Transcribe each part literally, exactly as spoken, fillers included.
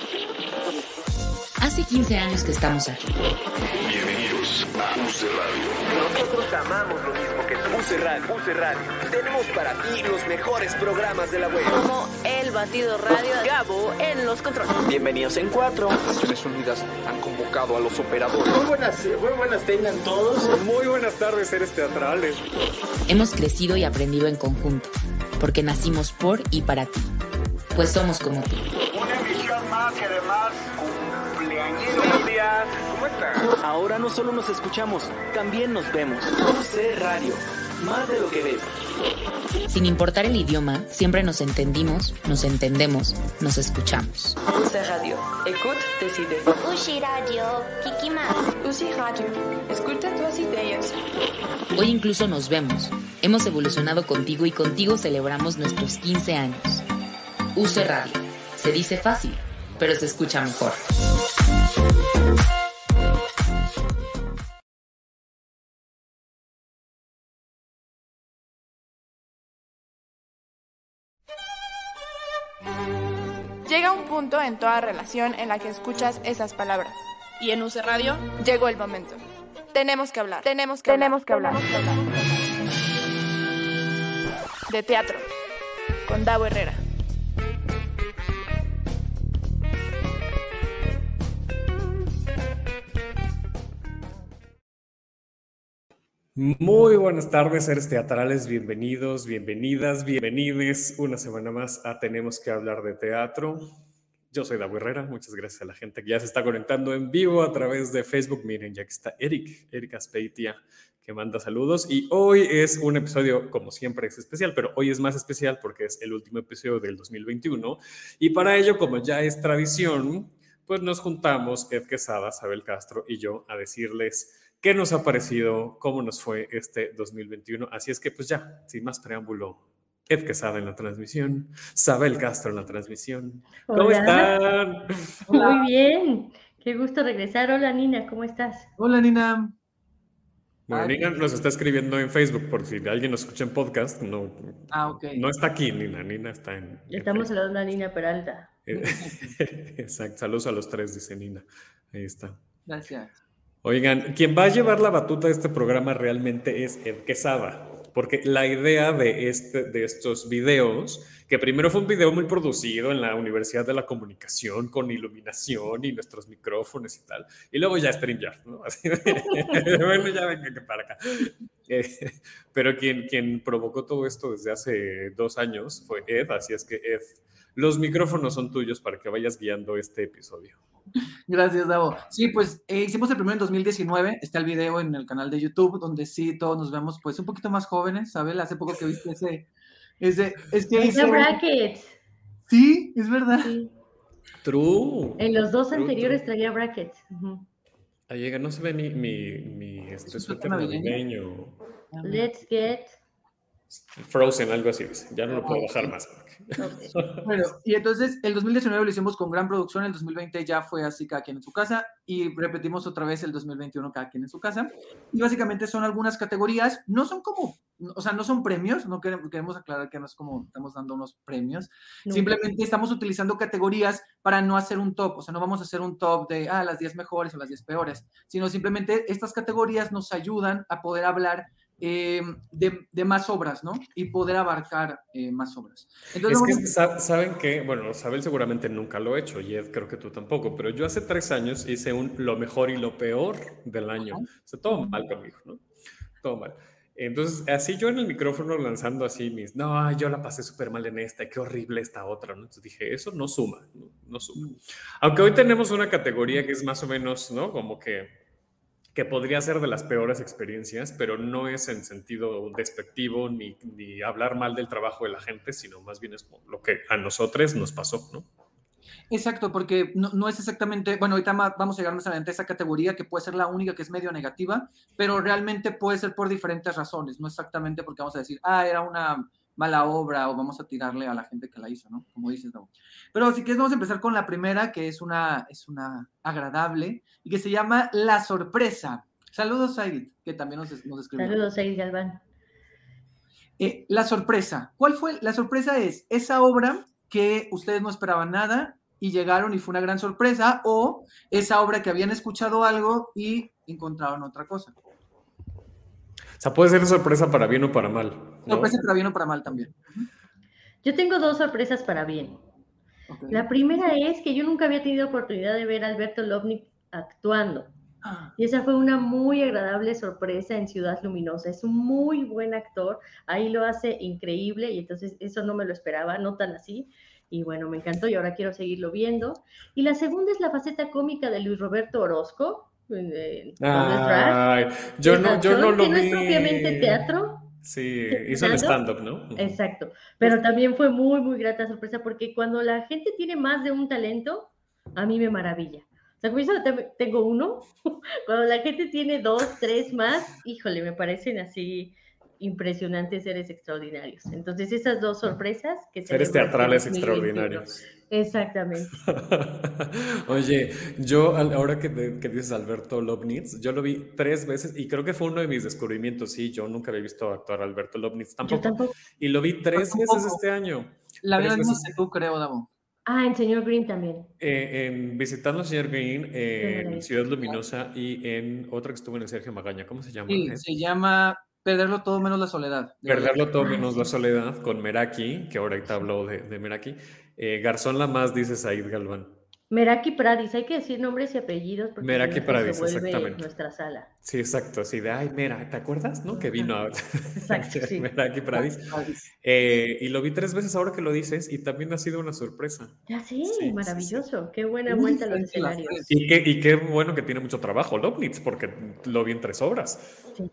Hace quince años que estamos aquí. Bienvenidos a U C Radio. Nosotros amamos lo mismo que tú. U C Radio, U C Radio. Tenemos para ti los mejores programas de la web. Como El Batido Radio, Gabo en los controles. Bienvenidos en cuatro. Las Naciones Unidas han convocado a los operadores. Muy buenas, muy buenas tengan todos. Muy buenas tardes, seres teatrales. Hemos crecido y aprendido en conjunto, porque nacimos por y para ti. Pues somos como tú. Una emisión más y además cumpleañero. Buenos días, ¿cómo están? Ahora no solo nos escuchamos, también nos vemos. U C Radio, más de lo que ves. Sin importar el idioma, siempre nos entendimos, nos entendemos, nos escuchamos. U C Radio, écoute, decide. U C Radio, Kiki más. U C Radio, escucha tus ideas. Hoy incluso nos vemos. Hemos evolucionado contigo y contigo celebramos nuestros quince años. U C Radio. Se dice fácil, pero se escucha mejor. Llega un punto en toda relación en la que escuchas esas palabras. Y en U C Radio llegó el momento. Tenemos que hablar. Tenemos que tenemos hablar. que hablar. De teatro. Con Davo Herrera. Muy buenas tardes, seres teatrales, bienvenidos, bienvenidas, bienvenides una semana más a Tenemos que hablar de teatro. Yo soy Davo Herrera, muchas gracias a la gente que ya se está conectando en vivo a través de Facebook. Miren, ya que está Eric, Eric Aspeitia, que manda saludos. Y hoy es un episodio, como siempre, es especial, pero hoy es más especial porque es el último episodio del dos mil veintiuno. Y para ello, como ya es tradición, pues nos juntamos Ed Quesada, Sabel Castro y yo a decirles qué nos ha parecido, cómo nos fue este dos mil veintiuno. Así es que, pues ya, sin más preámbulo, Ed Quesada en la transmisión, Sabel Castro en la transmisión. ¿Cómo Hola. están? Hola. Muy bien, qué gusto regresar. Hola, Nina, ¿cómo estás? Hola, Nina. Bueno, Nina nos está escribiendo en Facebook, por si alguien nos escucha en podcast. No, ah, okay. No está aquí, Nina. Nina está en... Estamos hablando de Nina Peralta. Exacto, saludos a los tres, dice Nina. Ahí está. Gracias. Oigan, quien va a llevar la batuta de este programa realmente es Ed Quesada, porque la idea de, este, de estos videos, que primero fue un video muy producido en la Universidad de la Comunicación, con iluminación y nuestros micrófonos y tal, y luego ya StreamYard, ¿no? Así de, bueno, ya venga para acá. Eh, pero quien, quien provocó todo esto desde hace dos años fue Ed, así es que Ed, los micrófonos son tuyos para que vayas guiando este episodio. Gracias, Davo. Sí, pues eh, hicimos el primero en dos mil diecinueve, está el video en el canal de YouTube, donde sí, todos nos vemos pues un poquito más jóvenes, ¿sabes? Hace poco que viste ese... ese es que hice... brackets. Sí, es verdad. Sí. True. En los dos true, anteriores true. traía brackets. Uh-huh. Ahí llega, no se ve mi, mi, mi este suéter navideño. Let's get... Frozen, algo así, ya no lo puedo bajar más. Bueno, y entonces el dos mil diecinueve lo hicimos con gran producción, el dos mil veinte ya fue así cada quien en su casa y repetimos otra vez el dos mil veintiuno cada quien en su casa y básicamente son algunas categorías, no son como, o sea, no son premios, no queremos, queremos aclarar que no es como estamos dando unos premios, no. Simplemente estamos utilizando categorías para no hacer un top, o sea, no vamos a hacer un top de ah, las diez mejores o las diez peores, sino simplemente estas categorías nos ayudan a poder hablar Eh, de, de más obras, ¿no? Y poder abarcar eh, más obras. Entonces, es que vamos... saben que, bueno, Sabel seguramente nunca lo ha hecho y Ed creo que tú tampoco, pero yo hace tres años hice un lo mejor y lo peor del año. Uh-huh. O sea, todo mal conmigo, ¿no? Todo mal. Entonces, así yo en el micrófono lanzando así mis, no, yo la pasé súper mal en esta, qué horrible esta otra, ¿no? Entonces dije, eso no suma, no, no suma. Aunque hoy tenemos una categoría que es más o menos, ¿no? Como que que podría ser de las peores experiencias, pero no es en sentido despectivo ni, ni hablar mal del trabajo de la gente, sino más bien es lo que a nosotros nos pasó, ¿no? Exacto, porque no, no es exactamente, bueno, ahorita vamos a llegar más adelante a esa categoría que puede ser la única que es medio negativa, pero realmente puede ser por diferentes razones, no exactamente porque vamos a decir, ah, era una mala obra o vamos a tirarle a la gente que la hizo, ¿no? Como dices, ¿no? Pero si quieres vamos a empezar con la primera, que es una, es una agradable y que se llama La Sorpresa. Saludos, Aidit, que también nos, nos escribió. Saludos, Aidit Galván. Eh, La Sorpresa. ¿Cuál fue? La sorpresa es esa obra que ustedes no esperaban nada y llegaron y fue una gran sorpresa, o esa obra que habían escuchado algo y encontraron otra cosa. O sea, puede ser sorpresa para bien o para mal, ¿no? Sorpresa para bien o para mal también. Yo tengo dos sorpresas para bien. Okay. La primera es que yo nunca había tenido oportunidad de ver a Alberto Lobnick actuando. Y esa fue una muy agradable sorpresa en Ciudad Luminosa. Es un muy buen actor, ahí lo hace increíble y entonces eso no me lo esperaba, no tan así. Y bueno, me encantó y ahora quiero seguirlo viendo. Y la segunda es la faceta cómica de Luis Roberto Orozco. Eh, Ay, yo no, yo no lo que vi. No es propiamente teatro. Sí, hizo el stand-up, ¿no? Exacto, pero también fue muy, muy grata sorpresa porque cuando la gente tiene más de un talento, a mí me maravilla. O sea, como yo solo tengo uno, cuando la gente tiene dos, tres más, híjole, me parecen así impresionantes, seres extraordinarios. Entonces, esas dos sorpresas que seres teatrales extraordinarios. Exactamente. Oye, yo ahora que, que dices Alberto Lobnitz, yo lo vi tres veces y creo que fue uno de mis descubrimientos. Sí, yo nunca había visto actuar a Alberto Lobnitz tampoco. Yo tampoco. Y lo vi tres tampoco. veces este año. La verdad no sé tú, creo, Davo. Ah, en Señor Green también. Eh, en Visitando al Señor Green, eh, en Ciudad Luminosa y en otra que estuvo en el Sergio Magaña. ¿Cómo se llama? Sí, ¿Eh? se llama Perderlo todo menos la soledad. Perderlo todo menos la soledad con Meraki, que ahorita habló de, de Meraki. Eh, Garzón Lamas, dice Said Galván. Meraki Pradis, hay que decir nombres y apellidos porque Meraki Pradis, se vuelve exactamente. Nuestra sala. Sí, exacto, así de, ay, Mera, ¿te acuerdas? ¿No? Que vino a... Exacto, sí. Meraki Pradis. Eh, y lo vi tres veces ahora que lo dices y también ha sido una sorpresa. Ya sí, sí maravilloso. Sí, sí. Qué buena vuelta a los escenarios. Y qué, y qué bueno que tiene mucho trabajo Lobnitz, porque lo vi en tres obras. Sí.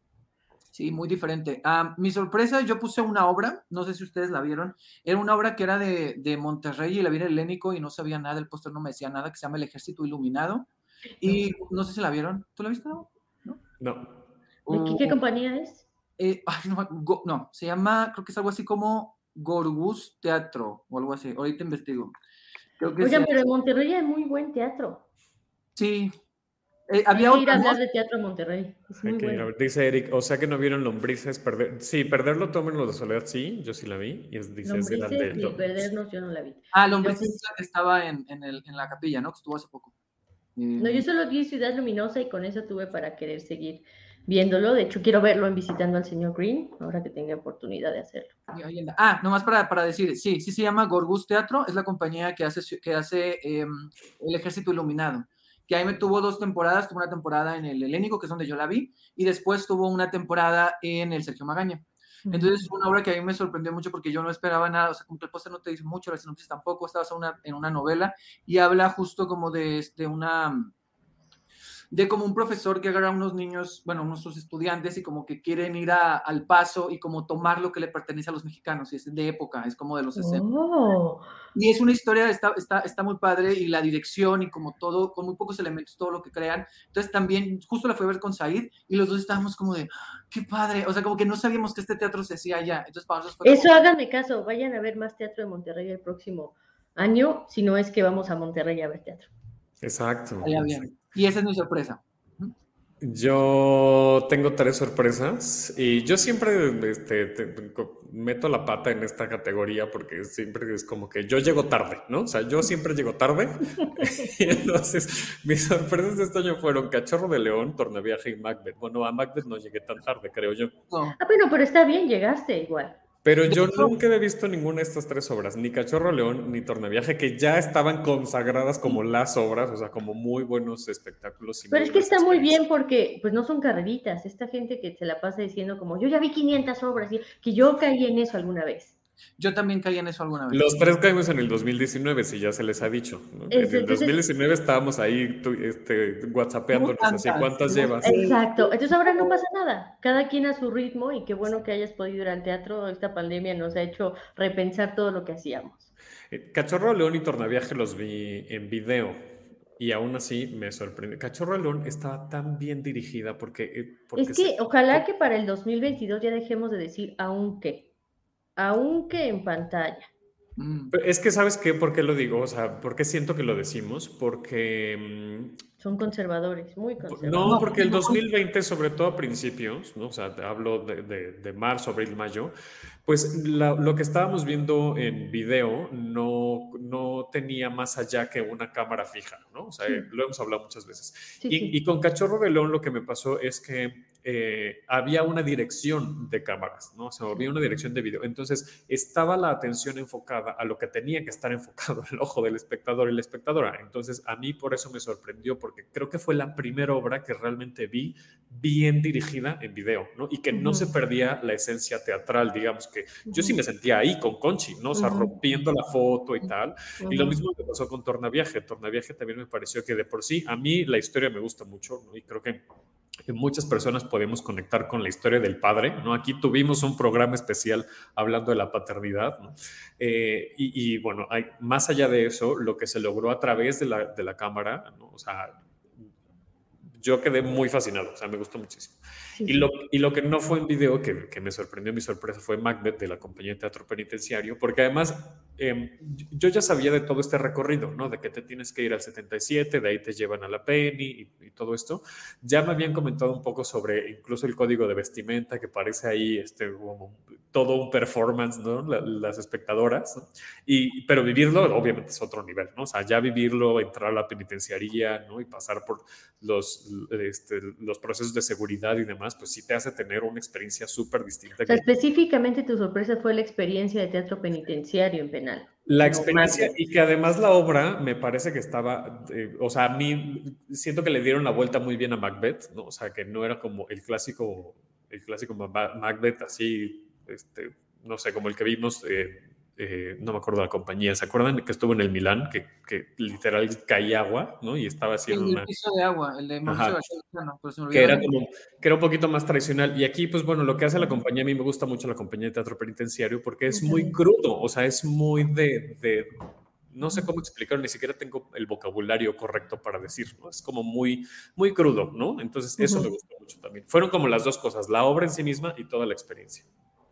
Sí, muy diferente. Uh, mi sorpresa, yo puse una obra, no sé si ustedes la vieron, era una obra que era de, de Monterrey y la vi en el Helénico y no sabía nada, el póster no me decía nada, que se llama El Ejército Iluminado. Y no sé si la vieron. ¿Tú la viste? No. No. Uh, ¿De qué compañía es? Eh, ay, no, go, no, se llama, creo que es algo así como Gorgus Teatro o algo así. Ahorita investigo. Creo que Oigan, es, pero en Monterrey hay muy buen teatro. Sí. Eh, había hay que ir a otra, hablar ¿no? de teatro en Monterrey. Es muy bueno. Dice Eric, o sea que no vieron Lombrices, perder... Sí, Perderlo todo menos la soledad, sí, yo sí la vi. Y es, dice, Lombrices es de y Perdernos yo no la vi. Ah, Lombrices es la que estaba en, en, el, en la capilla, ¿no? Que estuvo hace poco. Eh... No, yo solo vi Ciudad Luminosa y con eso tuve para querer seguir viéndolo. De hecho, quiero verlo en Visitando al Señor Green, ahora que tenga oportunidad de hacerlo. Ah, nomás para, para decir, sí, sí se llama Gorgus Teatro, es la compañía que hace, que hace eh, El Ejército Iluminado. Que ahí me tuvo dos temporadas, tuvo una temporada en el Helénico, que es donde yo la vi, y después tuvo una temporada en el Sergio Magaña. Entonces, es una obra que a mí me sorprendió mucho porque yo no esperaba nada, o sea, como que el póster no te dice mucho, la sinopsis tampoco, estaba una, en una novela, y habla justo como de, de una... de como un profesor que agarra a unos niños, bueno, unos estudiantes y como que quieren ir a, al Paso y como tomar lo que le pertenece a los mexicanos, y es de época, es como de los sesenta. Oh. Y es una historia, está, está, está muy padre, y la dirección y como todo, con muy pocos elementos, todo lo que crean. Entonces también, justo la fui a ver con Said, y los dos estábamos como de, ¡qué padre! O sea, como que no sabíamos que este teatro se hacía allá. Entonces para nosotros fue Eso, como... háganme caso, vayan a ver más teatro de Monterrey el próximo año, si no es que vamos a Monterrey a ver teatro. Exacto. Allá bien. Y esa es mi sorpresa. Yo tengo tres sorpresas y yo siempre este, te, te, meto la pata en esta categoría porque siempre es como que yo llego tarde, ¿no? O sea, yo siempre llego tarde. Y entonces, mis sorpresas de este año fueron Cachorro de León, Tornaviaje y Macbeth. Bueno, a Macbeth no llegué tan tarde, creo yo. No. Ah, bueno, pero está bien, llegaste igual. Pero yo nunca he visto ninguna de estas tres obras, ni Cachorro León ni Tornaviaje, que ya estaban consagradas como las obras, o sea, como muy buenos espectáculos. Y Pero es que está muy bien porque pues no son carreritas, esta gente que se la pasa diciendo como yo ya vi quinientas obras, y que yo caí en eso alguna vez. Yo también caí en eso alguna vez. Los tres caímos en el dos mil diecinueve, si ya se les ha dicho, ¿no? En el dos mil diecinueve estábamos ahí este, whatsappeándonos así, ¿cuántas llevas? Exacto, entonces ahora no pasa nada, cada quien a su ritmo, y qué bueno que hayas podido ir al teatro. Esta pandemia nos ha hecho repensar todo lo que hacíamos. Cachorro León y Tornaviaje los vi en video y aún así me sorprende. Cachorro León estaba tan bien dirigida porque... porque es que se... ojalá que para el dos mil veintidós ya dejemos de decir aunque. Aunque en pantalla. Mm. Es que, ¿sabes qué? ¿Por qué lo digo? O sea, ¿por qué siento que lo decimos? Porque... Son conservadores, muy conservadores. No, porque el dos mil veinte, sobre todo a principios, ¿no? O sea, te hablo de, de, de marzo, abril, mayo, pues la, lo que estábamos viendo en video no, no tenía más allá que una cámara fija, ¿no? O sea, sí. Lo hemos hablado muchas veces. Sí, y, sí. y con Cachorro de León lo que me pasó es que eh, había una dirección de cámaras, ¿no? O sea, había una dirección de video. Entonces, estaba la atención enfocada a lo que tenía que estar enfocado el ojo del espectador y la espectadora. Entonces, a mí por eso me sorprendió, porque creo que fue la primera obra que realmente vi bien dirigida en video, ¿no? Y que uh-huh. no se perdía la esencia teatral, digamos, que uh-huh. yo sí me sentía ahí con Conchi, ¿no? O sea, uh-huh. rompiendo la foto y tal. Uh-huh. Y lo mismo me pasó con Tornaviaje. Tornaviaje también me pareció que de por sí, a mí la historia me gusta mucho, ¿no? Y creo que muchas personas podemos conectar con la historia del padre, ¿no? Aquí tuvimos un programa especial hablando de la paternidad, ¿no? Eh, y, y bueno, hay, más allá de eso, lo que se logró a través de la, de la cámara, ¿no? O sea, yo quedé muy fascinado, o sea, me gustó muchísimo. Sí, y, lo, y lo que no fue en video, que, que me sorprendió, mi sorpresa, fue Macbeth de la compañía de teatro penitenciario, porque además eh, yo ya sabía de todo este recorrido, ¿no? De que te tienes que ir al setenta y siete, de ahí te llevan a la Penny y, y todo esto. Ya me habían comentado un poco sobre incluso el código de vestimenta, que parece ahí este, como todo un performance, ¿no? La, las espectadoras, ¿no? Y, pero vivirlo obviamente es otro nivel, ¿no? O sea, ya vivirlo, entrar a la penitenciaría, ¿no? Y pasar por los, este, los procesos de seguridad y demás, pues sí te hace tener una experiencia súper distinta. O sea, específicamente tu sorpresa fue la experiencia de teatro penitenciario en penal. La experiencia no, y que además la obra me parece que estaba, eh, o sea, a mí siento que le dieron la vuelta muy bien a Macbeth, ¿no? O sea, que no era como el clásico, el clásico Macbeth así, este, no sé, como el que vimos, eh, eh, no me acuerdo de la compañía, ¿se acuerdan que estuvo en el Milán? Que, que literal caía agua, ¿no? Y estaba haciendo el una... El piso de agua, el de Mauricio García, pues se que era como, que era un poquito más tradicional. Y aquí, pues bueno, lo que hace la compañía, a mí me gusta mucho la compañía de teatro penitenciario porque es muy crudo, o sea, es muy de... de no sé cómo explicarlo, ni siquiera tengo el vocabulario correcto para decirlo, es como muy, muy crudo, ¿no? Entonces eso uh-huh. me gustó mucho también. Fueron como las dos cosas, la obra en sí misma y toda la experiencia.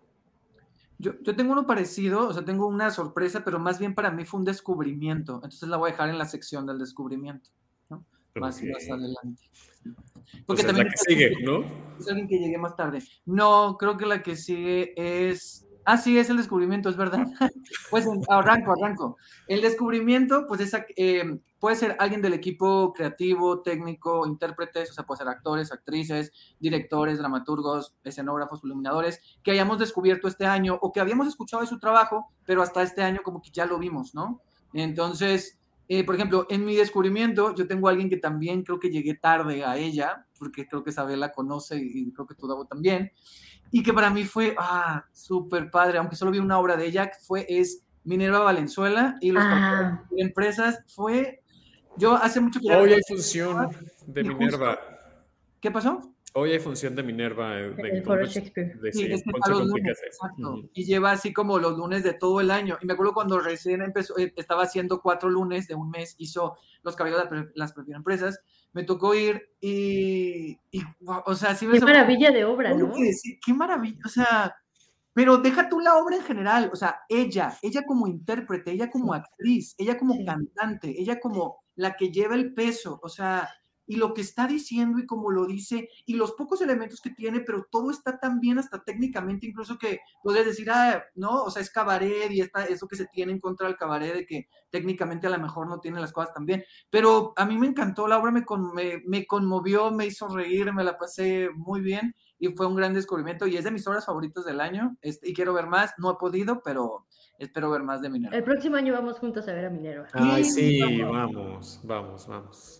Yo, yo tengo uno parecido, o sea, tengo una sorpresa, pero más bien para mí fue un descubrimiento, entonces la voy a dejar en la sección del descubrimiento, ¿no? Más, okay. más adelante. Porque pues también es la que sigue, ¿no? Es alguien que llegué más tarde. No, creo que la que sigue es... Ah, sí, es el descubrimiento, es verdad. Pues arranco, arranco. El descubrimiento, pues es, eh, puede ser alguien del equipo creativo, técnico, intérpretes, o sea, puede ser actores, actrices, directores, dramaturgos, escenógrafos, iluminadores, que hayamos descubierto este año o que habíamos escuchado de su trabajo, pero hasta este año como que ya lo vimos, ¿no? Entonces, eh, por ejemplo, en mi descubrimiento, yo tengo a alguien que también creo que llegué tarde a ella, porque creo que Isabel la conoce y, y creo que tú, Davo, también. Y que para mí fue, ah, súper padre, aunque solo vi una obra de ella, fue, es Minerva Valenzuela y los ah. de empresas, fue, yo hace mucho que... Hoy hay función de Minerva. Justo, ¿qué pasó? Hoy hay función de Minerva. De, el Foro Shakespeare. De, sí, sí, es que los lunes, exacto. Uh-huh. Y lleva así como los lunes de todo el año. Y me acuerdo cuando recién empezó, estaba haciendo cuatro lunes de un mes, hizo Los Caballeros de las Prefiero Empresas. Me tocó ir y, y o sea, sí me... Qué maravilla de obra, ¿no? Qué, qué maravilla, o sea, pero deja tú la obra en general, o sea, ella, ella como intérprete, ella como actriz, ella como sí. cantante, ella como la que lleva el peso, o sea, y lo que está diciendo y como lo dice, y los pocos elementos que tiene, pero todo está tan bien hasta técnicamente, incluso que puedes decir, ah, no, o sea, es cabaret y está eso que se tiene en contra del cabaret, de que técnicamente a lo mejor no tiene las cosas tan bien, pero a mí me encantó, la obra me, con, me, me conmovió, me hizo reír, me la pasé muy bien, y fue un gran descubrimiento, y es de mis obras favoritas del año, este, y quiero ver más, no he podido, pero espero ver más de Minerva. El próximo año vamos juntos a ver a Minerva. Ay, sí, vamos, vamos, vamos.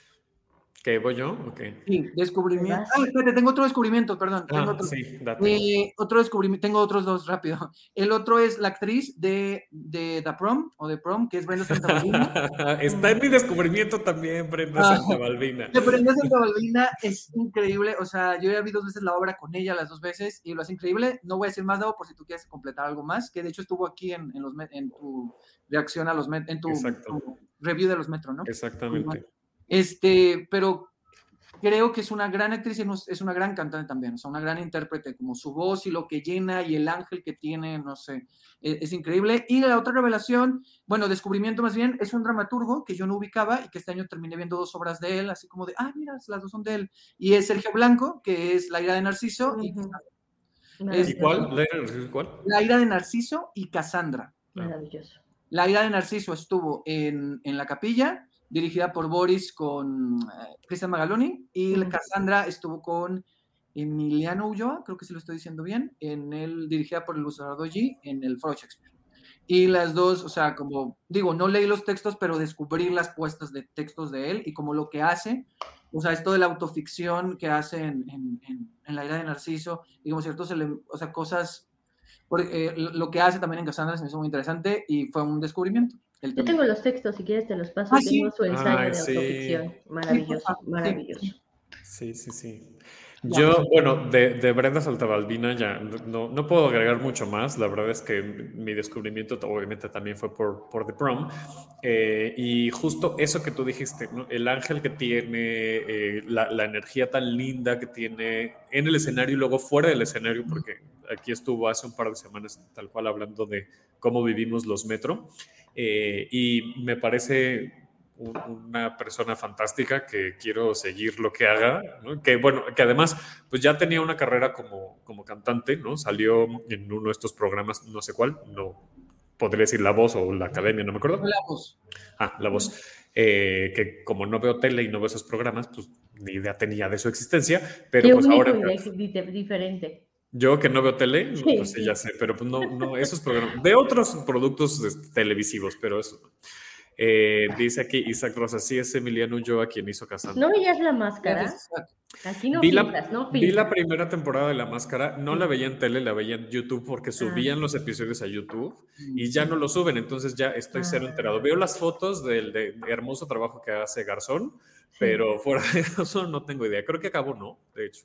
¿Qué, voy yo? Okay. Sí, descubrimiento. Ah, espérate, tengo otro descubrimiento, perdón. Ah, tengo otro, sí, date. Eh, otro descubrimiento, tengo otros dos, rápido. El otro es la actriz de, de The Prom, o The Prom, que es Brenda Santabalbina. Está en mi descubrimiento también, Brenda ah, Santabalbina. De Brenda Santabalbina es increíble, o sea, yo ya vi dos veces la obra con ella, las dos veces, y lo hace increíble. No voy a decir más, Davo, por si tú quieres completar algo más, que de hecho estuvo aquí en, en, los, en tu reacción a los, en tu, tu review de los Metro, ¿no? Exactamente. Este, pero creo que es una gran actriz y es una gran cantante también, o sea, una gran intérprete, como su voz y lo que llena y el ángel que tiene, no sé, es, es increíble. Y la otra revelación, bueno, descubrimiento más bien, es un dramaturgo que yo no ubicaba y que este año terminé viendo dos obras de él, así como de, ah, mira, las dos son de él. Y es Sergio Blanco, que es La ira de Narciso. Uh-huh. y, es, ¿Y cuál? ¿La ira de Narciso cuál? La ira de Narciso y Cassandra. Maravilloso. La ira de Narciso estuvo en, en La Capilla, dirigida por Boris con eh, Cristian Magaloni, y uh-huh. Cassandra estuvo con Emiliano Ulloa, creo que sí lo estoy diciendo bien, en el, dirigida por Luciano G en el Foro Shakespeare. Y las dos, o sea, como digo, no leí los textos, pero descubrí las puestas de textos de él y como lo que hace, o sea, esto de la autoficción que hace en, en, en, en La ira de Narciso, y como ciertos, o sea, cosas, porque, eh, lo que hace también en Cassandra se me hizo muy interesante y fue un descubrimiento. Yo tengo los textos, si quieres te los paso. Ah, tengo ¿sí? su ensayo Ay, de sí. autoficción. Maravilloso, sí, maravilloso. Sí, sí, sí. Yo, bueno, de, de Brenda Saltabalbina ya no, no puedo agregar mucho más. La verdad es que mi descubrimiento obviamente también fue por, por The Prom. Eh, y justo eso que tú dijiste, ¿no? El ángel que tiene, eh, la, la energía tan linda que tiene en el escenario y luego fuera del escenario, porque aquí estuvo hace un par de semanas tal cual hablando de cómo vivimos los metro. Eh, y me parece un, una persona fantástica que quiero seguir lo que haga, ¿no? Que bueno, que además pues ya tenía una carrera como, como cantante, ¿no? Salió en uno de estos programas, no sé cuál, no podría decir La Voz o La Academia, no me acuerdo. La Voz. Ah, La Voz. Eh, que como no veo tele y no veo esos programas, pues ni idea tenía de su existencia, pero Qué pues ahora... diferente. Yo que no veo tele, sí, pues sí, sí. ya sé, pero pues no, no, esos programas, de otros productos de, televisivos, pero eso no. Eh, dice aquí Isaac Rosa, sí es Emiliano Ulloa quien hizo Cassandra. ¿No veías La Máscara? Aquí no vi, pintas, la, no vi la primera temporada de La Máscara, no sí. la veía en tele, la veía en YouTube porque subían ah. los episodios a YouTube y ya no lo suben, entonces ya estoy cero ah. enterado. Veo las fotos del de hermoso trabajo que hace Garzón, sí. pero fuera de eso no tengo idea. Creo que acabó, ¿no? De hecho.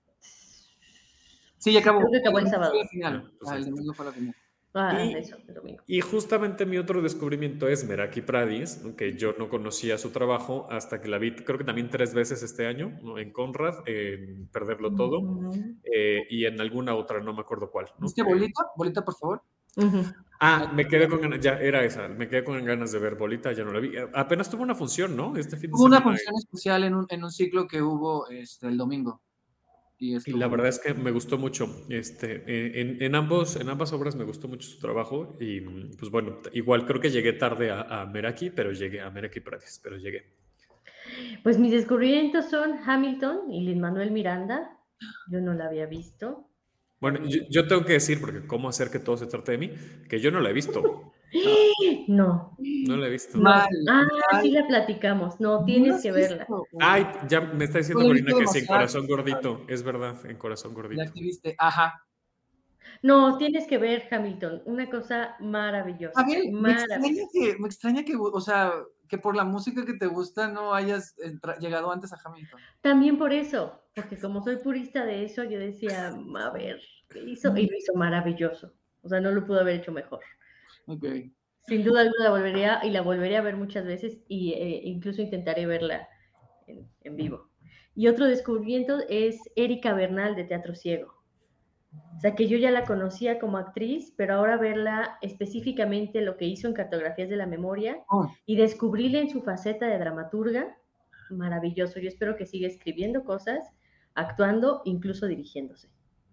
Sí, ya acabó. Creo que acabó el sábado. Final. Ah, pues ah, el domingo fue la final. Ah, y, eso, el domingo. Y justamente mi otro descubrimiento es Meraki Pradis, que yo no conocía su trabajo hasta que la vi, creo que también tres veces este año, ¿no? En Conrad, en Perderlo Todo, uh-huh. eh, y en alguna otra, no me acuerdo cuál. ¿No? ¿Es que Bolita? Bolita, por favor. Uh-huh. Ah, me quedé con ganas, ya era esa, me quedé con ganas de ver Bolita, ya no la vi. Apenas tuvo una función, ¿no? Este fin de Hubo semana. una función especial en un, en un ciclo que hubo este, el domingo. Y, y la verdad es que me gustó mucho. Este, en, en, ambos, en ambas obras me gustó mucho su trabajo. Y pues bueno, igual creo que llegué tarde a, a Meraki, pero llegué a Meraki Pradis, pero llegué. Pues mis descubrimientos son Hamilton y Lin-Manuel Miranda. Yo no la había visto. Bueno, yo, yo tengo que decir, porque cómo hacer que todo se trate de mí, que yo no la he visto. No. No la he visto. Mal, ah, mal. Sí la platicamos. No, tienes no que verla. Ay, ya me está diciendo Corina que sí, en Corazón Gordito. Es verdad, en Corazón Gordito. La que viste, ajá. No, tienes que ver Hamilton. Una cosa maravillosa. A ver, maravillosa. Me, extraña que, me extraña que, o sea, que por la música que te gusta no hayas entra- llegado antes a Hamilton. También por eso, porque como soy purista de eso, yo decía, a ver, ¿qué hizo? Y lo hizo maravilloso. O sea, no lo pudo haber hecho mejor. Ok. Sin duda alguna la volvería y la volveré a ver muchas veces y eh, incluso intentaré verla en, en vivo. Y otro descubrimiento es Erika Bernal de Teatro Ciego. O sea, que yo ya la conocía como actriz, pero ahora verla específicamente lo que hizo en Cartografías de la Memoria oh. y descubrirla en su faceta de dramaturga, maravilloso. Yo espero que siga escribiendo cosas, actuando, incluso dirigiéndose.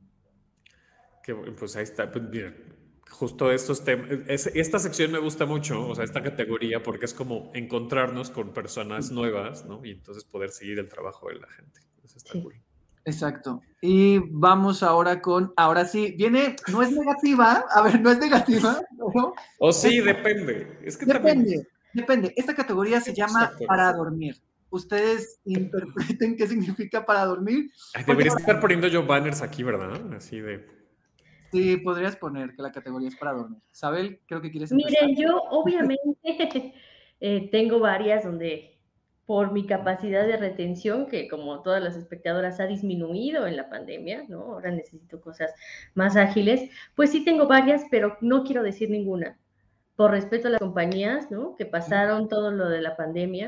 Que, pues ahí está, pues mira, justo estos temas, esta sección me gusta mucho, o sea, esta categoría, porque es como encontrarnos con personas nuevas, ¿no? Y entonces poder seguir el trabajo de la gente. Eso está sí. cool. Exacto. Y vamos ahora con, ahora sí, viene, no es negativa, a ver, no es negativa, ¿no? O sí, es, depende. Es que depende, también... depende. Esta categoría se llama Exacto, para sí. dormir. Ustedes interpreten qué significa para dormir. Ay, deberías estar poniendo yo banners aquí, ¿verdad? Así de... Sí, podrías poner que la categoría es para dormir. Sabel, creo que quieres empezar. Miren, yo obviamente eh, tengo varias donde... por mi capacidad de retención, que como todas las espectadoras ha disminuido en la pandemia, ¿no? Ahora necesito cosas más ágiles, pues sí tengo varias, pero no quiero decir ninguna, por respeto a las compañías, ¿no? Que pasaron todo lo de la pandemia,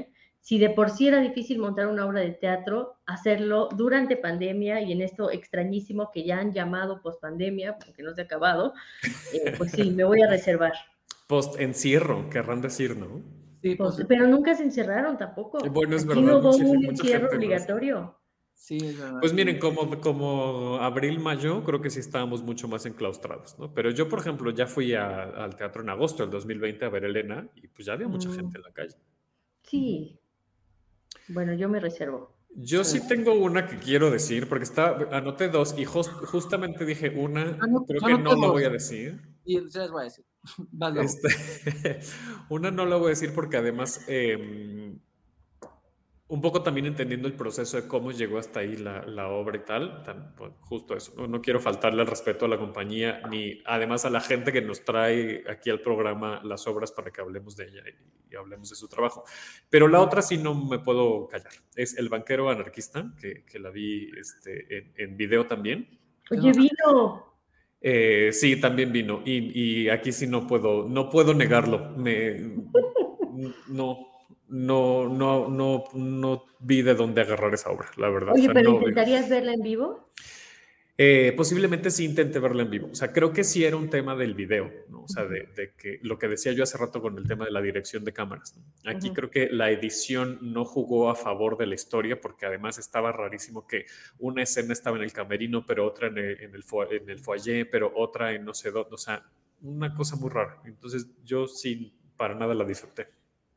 Si de por sí era difícil montar una obra de teatro, hacerlo durante pandemia y en esto extrañísimo que ya han llamado post-pandemia, porque no se ha acabado, eh, pues sí, me voy a reservar. Post-encierro, querrán decir, ¿no? Sí, Post, pero nunca se encerraron tampoco. Bueno, es Aquí verdad. no hubo mucha, un mucha encierro gente obligatorio. No. Sí, es verdad. Pues miren, como, como abril, mayo, creo que sí estábamos mucho más enclaustrados, ¿no? Pero yo, por ejemplo, ya fui a, al teatro en agosto del dos mil veinte a ver Elena y pues ya había mucha Mm. gente en la calle. Sí. Bueno, yo me reservo. Yo sí tengo una que quiero decir, porque está, anoté dos y just, justamente dije una, Anot- creo que no anoté la dos. voy a decir. Y se las voy a decir. Vas, Gabo. Este, una no la voy a decir porque además, eh, un poco también entendiendo el proceso de cómo llegó hasta ahí la, la obra y tal, tan, pues, justo eso, ¿no? No quiero faltarle al respeto a la compañía, ni además a la gente que nos trae aquí al programa las obras para que hablemos de ella y, y hablemos de su trabajo. Pero la otra sí no me puedo callar, es El banquero anarquista, que, que la vi este, en, en video también. Oye, vino. Eh, sí, también vino. Y, y aquí sí no puedo, no puedo negarlo. Me, no, no, no, no, no vi de dónde agarrar esa obra, la verdad. Oye, O sea, ¿pero no, intentarías verla en vivo? Eh, posiblemente sí intenté verla en vivo. O sea, creo que sí era un tema del video, ¿no? O sea, de, de que lo que decía yo hace rato con el tema de la dirección de cámaras, ¿no? Aquí Ujú. creo que la edición no jugó a favor de la historia porque además estaba rarísimo que una escena estaba en el camerino, pero otra en el, en el, fo- en el foyer, pero otra en no sé dónde. O sea, una cosa muy rara. Entonces yo sí, para nada la disfruté.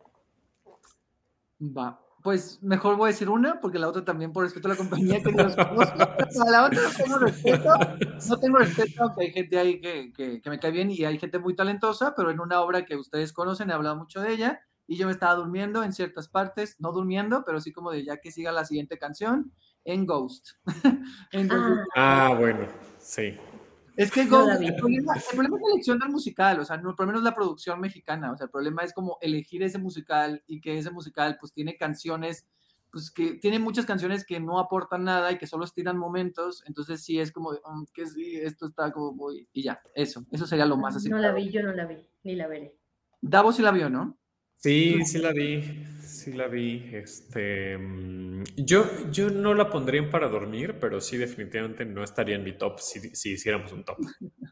Va. Pues mejor voy a decir una, porque la otra también por respeto a la compañía que los conozco. A la otra no tengo respeto, no tengo respeto, aunque hay gente ahí que, que, que me cae bien y hay gente muy talentosa, pero en una obra que ustedes conocen, he hablado mucho de ella, y yo me estaba durmiendo en ciertas partes, no durmiendo, pero sí como de ya que siga la siguiente canción, en Ghost. Entonces, Ah, bueno, sí. es que No Ghost, la vi. el, problema, el problema es la elección del musical, o sea, no, por lo menos la producción mexicana, o sea, el problema es como elegir ese musical y que ese musical pues tiene canciones, pues que tiene muchas canciones que no aportan nada y que solo estiran momentos, entonces sí es como, um, que sí, esto está como muy, y ya, eso, eso sería lo más así. No la vi, yo no la vi, ni la veré. Davo sí la vio, ¿no? Sí, sí la vi, sí la vi. Este, mm, yo, yo no la pondría en para dormir, pero sí definitivamente no estaría en mi top si, si hiciéramos un top.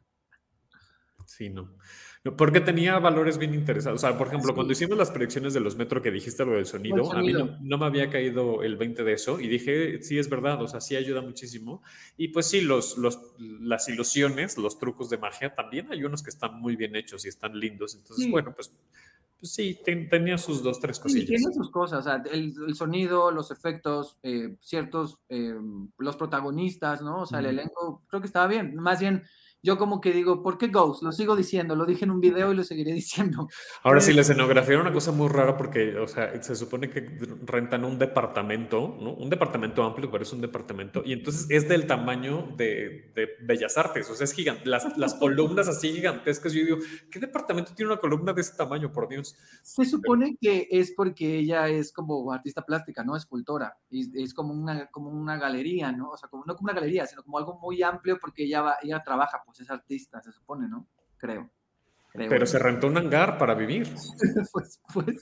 Sí, no. No, porque tenía valores bien interesantes. O sea, por ejemplo, Sí. cuando hicimos las predicciones de los metro que dijiste lo del sonido, El a mí sonido. no, no me había caído el veinte de eso y dije, sí, es verdad, o sea, sí ayuda muchísimo. Y pues sí, los, los, las ilusiones, los trucos de magia, también hay unos que están muy bien hechos y están lindos. Entonces, Sí. bueno, pues, pues sí, ten- tenía sus dos, tres Sí, cosillas. tiene sus cosas, o sea, el, el sonido, los efectos, eh, ciertos, eh, los protagonistas, ¿no? O sea, el Ujú. elenco, creo que estaba bien. Más bien, yo como que digo, ¿por qué Ghost? Lo sigo diciendo, lo dije en un video y lo seguiré diciendo. Ahora sí, Eh, la escenografía era una cosa muy rara porque, o sea, se supone que rentan un departamento, ¿no? Un departamento amplio, pero es un departamento, y entonces es del tamaño de, de Bellas Artes, o sea, es gigante, las, las columnas así gigantescas. Yo digo, ¿qué departamento tiene una columna de ese tamaño, por Dios? Se supone que es porque ella es como artista plástica, ¿no? Escultora, y es como una, como una galería, ¿no? O sea, como, no como una galería, sino como algo muy amplio porque ella, va, ella trabaja, pues es artista, se supone, ¿no? Creo. Creo Pero ¿no? se rentó un hangar para vivir. pues, pues,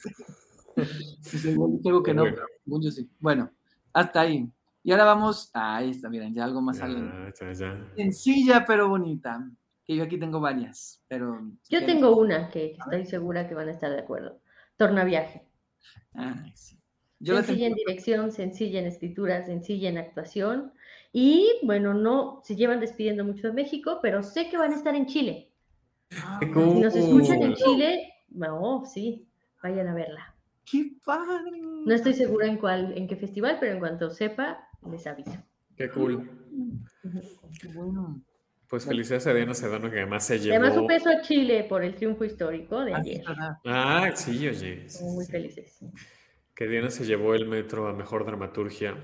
según digo que no, Bueno. pero según yo sí. Bueno, hasta ahí. Y ahora vamos a esta, miren, ya algo más Ya, alegre. ya, ya. Sencilla pero bonita, que yo aquí tengo varias, pero... Yo que- tengo una que estoy segura que van a estar de acuerdo. Tornaviaje. Ay, sí. Yo la Sencilla tengo- en dirección, sencilla en escritura, sencilla en actuación. Y bueno, no se llevan despidiendo mucho de México, pero sé que van a estar en Chile. ¡Qué Si nos escuchan en cool! Chile, no, sí, vayan a verla. ¡Qué padre! No estoy segura en cuál, en qué festival, pero en cuanto sepa, les aviso. ¡Qué cool! Qué bueno. Pues felicidades a Diana Sedano, que además se Y además un llevó... beso a Chile por el triunfo histórico de Ah, sí, ayer. verdad. Ah, sí, oye. sí, Estamos muy sí. felices. Que Diana se llevó el metro a mejor dramaturgia.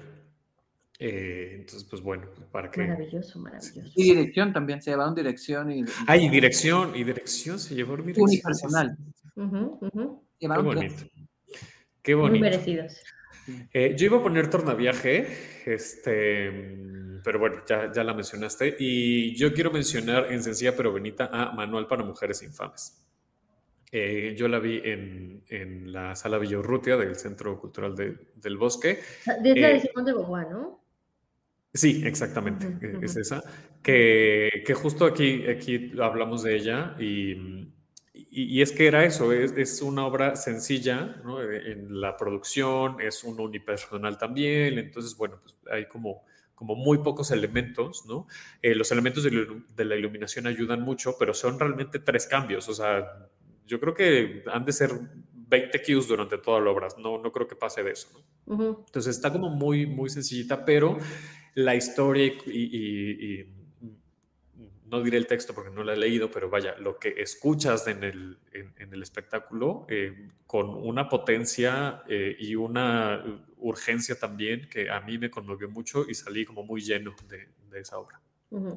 Eh, entonces, pues bueno, para que. Maravilloso, maravilloso. Y dirección también, se llevaron dirección y... Ah, y dirección, y dirección se llevó dirección. Unipersonal. Ujú, ujú. Qué Llevaron bonito. Qué Muy bonito. merecidos. Eh, yo iba a poner Tornaviaje, este, pero bueno, ya, ya la mencionaste. Y yo quiero mencionar en Sencilla pero Bonita a Manual para Mujeres Infames. Eh, yo la vi en, en la Sala Villaurrutia del Centro Cultural de, del Bosque. Es la de Eh, Simón de Beauvoir, ¿no? Sí, exactamente, Ujú, e- ujú. es esa. Que, que justo aquí, aquí hablamos de ella y, y- y es que era eso, es, es una obra sencilla, ¿no? Eh, En la producción, es un unipersonal también, entonces, bueno, pues hay como, como muy pocos elementos, ¿no? Eh, los elementos de, la ilu- de la iluminación ayudan mucho, pero son realmente tres cambios, o sea, yo creo que han de ser veinte cues durante toda la obra, no, no creo que pase de eso, ¿no? Ujú. Entonces está como muy, muy sencillita, pero la historia y, y- y- y no diré el texto porque no lo he leído, pero vaya, lo que escuchas en el, en, en el espectáculo eh, con una potencia eh, y una urgencia también que a mí me conmovió mucho y salí como muy lleno de, de esa obra. Ujú.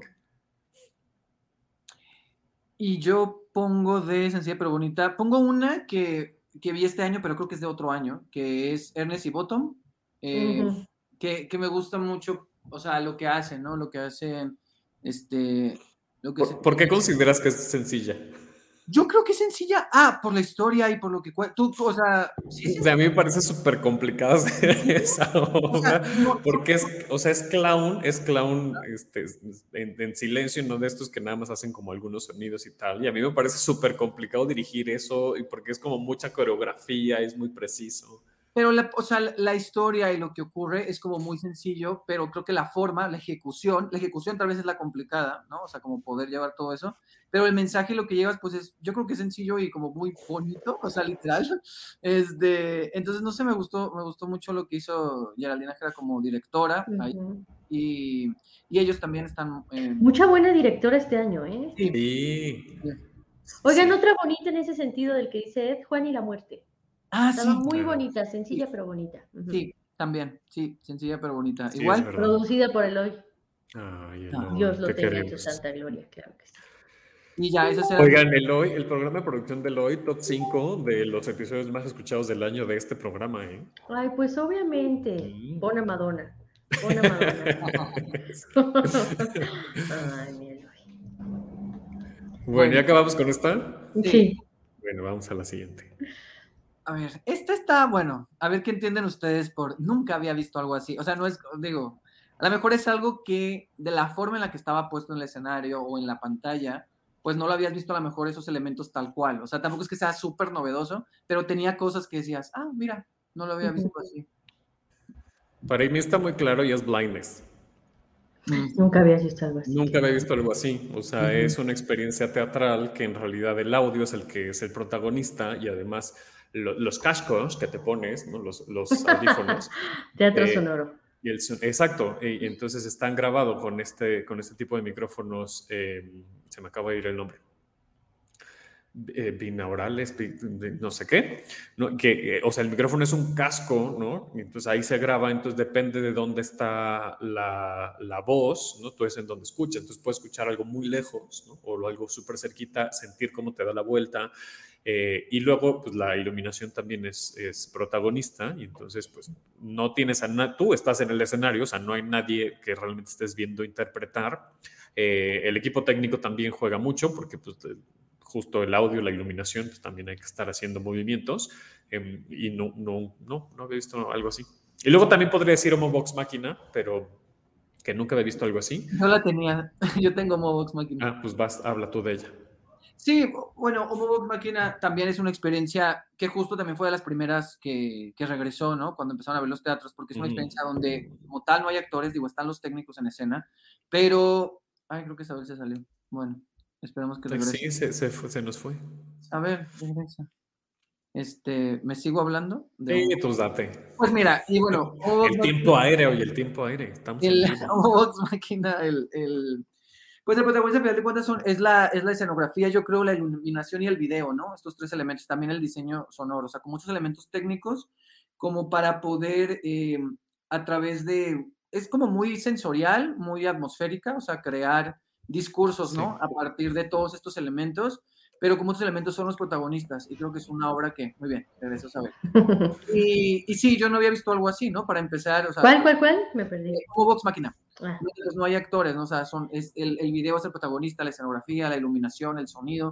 Y yo pongo de Sencilla pero Bonita, pongo una que, que vi este año, pero creo que es de otro año, que es Ernest y Bottom, eh, Ujú. que, que me gusta mucho, o sea, lo que hacen, ¿no? Lo que hacen, este, lo que se- ¿Por, por qué consideras que es sencilla? Yo creo que es sencilla, ah, por la historia y por lo que cuenta, tú, o sea, sí, sí, O sea, a mí me parece súper complicado hacer esa obra, no, porque es, o sea, es clown, es clown este, en, en silencio, no de estos que nada más hacen como algunos sonidos y tal, y a mí me parece súper complicado dirigir eso, y porque es como mucha coreografía, es muy preciso. Pero, la, o sea, la historia y lo que ocurre es como muy sencillo, pero creo que la forma, la ejecución, la ejecución tal vez es la complicada, ¿no? O sea, como poder llevar todo eso, pero el mensaje, lo que llevas, pues es, yo creo que es sencillo y como muy bonito, o sea, literal. Es de, entonces, no sé, me gustó, me gustó mucho lo que hizo Geraldine Nájera como directora, ahí, Ujú. y, y ellos también están... Eh, Mucha buena directora este año, ¿eh? sí. Sí. Oigan, Sí. otra bonita en ese sentido del que dice Ed, Juan y la muerte. Ah, Estaba sí. muy Ah. bonita, sencilla Sí. pero bonita. Ujú. Sí, también, sí, sencilla pero bonita. Sí, es Igual, verdad. Producida por Eloy. Ay, Ah, Eloy, Dios lo te tenga en su queremos. santa gloria, claro que sí. y ya, ese será... Oigan, Eloy, el programa de producción de Eloy, top cinco de los episodios más escuchados del año de este programa, ¿eh? Ay, pues obviamente. Sí. Pon a Madonna. Pon a Madonna. Ay, mi Eloy. Bueno, ¿ya acabamos con esta? Sí. Bueno, vamos a la siguiente. A ver, esta está, bueno, a ver qué entienden ustedes por, nunca había visto algo así, o sea, no es, digo, a lo mejor es algo que de la forma en la que estaba puesto en el escenario o en la pantalla, pues no lo habías visto a lo mejor esos elementos tal cual, o sea, tampoco es que sea súper novedoso, pero tenía cosas que decías, ah, mira, no lo había visto así. Para mí está muy claro y es Blindness. Nunca habías visto algo así. Nunca había visto algo así. O sea, Ujú. es una experiencia teatral que en realidad el audio es el que es el protagonista y además lo- los cascos que te pones, ¿no? los, los audífonos. Teatro eh, sonoro. y el son- exacto. Y, y entonces están grabados con este, con este tipo de micrófonos. eh, se me acaba de ir el nombre. Eh, binaurales, bi- de- no sé qué, ¿no? Que, eh, o sea, el micrófono es un casco, ¿no? Y entonces ahí se graba, entonces depende de dónde está la, la voz, ¿no? Tú es en donde escuchas, entonces puedes escuchar algo muy lejos, ¿no? O algo súper cerquita, sentir cómo te da la vuelta, eh, y luego, pues la iluminación también es, es protagonista, y entonces, pues no tienes a nadie, tú estás en el escenario, o sea, no hay nadie que realmente estés viendo interpretar. Eh, el equipo técnico también juega mucho, porque pues justo el audio, la iluminación, pues también hay que estar haciendo movimientos, eh, y no, no, no, no había visto algo así. Y luego también podría decir Homo Vox Machina, pero que nunca había visto algo así. Yo la tenía, yo tengo Homo Vox Machina. Ah, pues vas, habla tú de ella. Sí, bueno, Homo Vox Machina también es una experiencia que justo también fue de las primeras que, que regresó, ¿no? Cuando empezaron a ver los teatros, porque es una Ujú. experiencia donde como tal no hay actores, digo, están los técnicos en escena, pero, ay, creo que Isabel se salió. Bueno, esperemos que regrese. Sí, se, se, fue, se nos fue. A ver, regresa. Este, ¿me sigo hablando? De Sí, Homo- tú date. Pues mira, y bueno, Homo Vox El Machina- tiempo aéreo, oye, el tiempo aéreo. Estamos el en vivo. Homo Vox Machina, el, el, pues el protagonista, al final de cuentas, son, es, la, es la escenografía, yo creo, la iluminación y el video, ¿no? Estos tres elementos, también el diseño sonoro, o sea, con muchos elementos técnicos, como para poder, eh, a través de, es como muy sensorial, muy atmosférica, o sea, crear discursos, ¿no? Sí. A partir de todos estos elementos, pero como estos elementos son los protagonistas, y creo que es una obra que, muy bien, regreso a saber. Y, y sí, yo no había visto algo así, ¿no? Para empezar, o sea... ¿Cuál, cuál, cuál? Me perdí. Eh, Homo Vox Machina. Ah. Entonces, no hay actores, ¿no? O sea, son, es, el, el video es el protagonista, la escenografía, la iluminación, el sonido,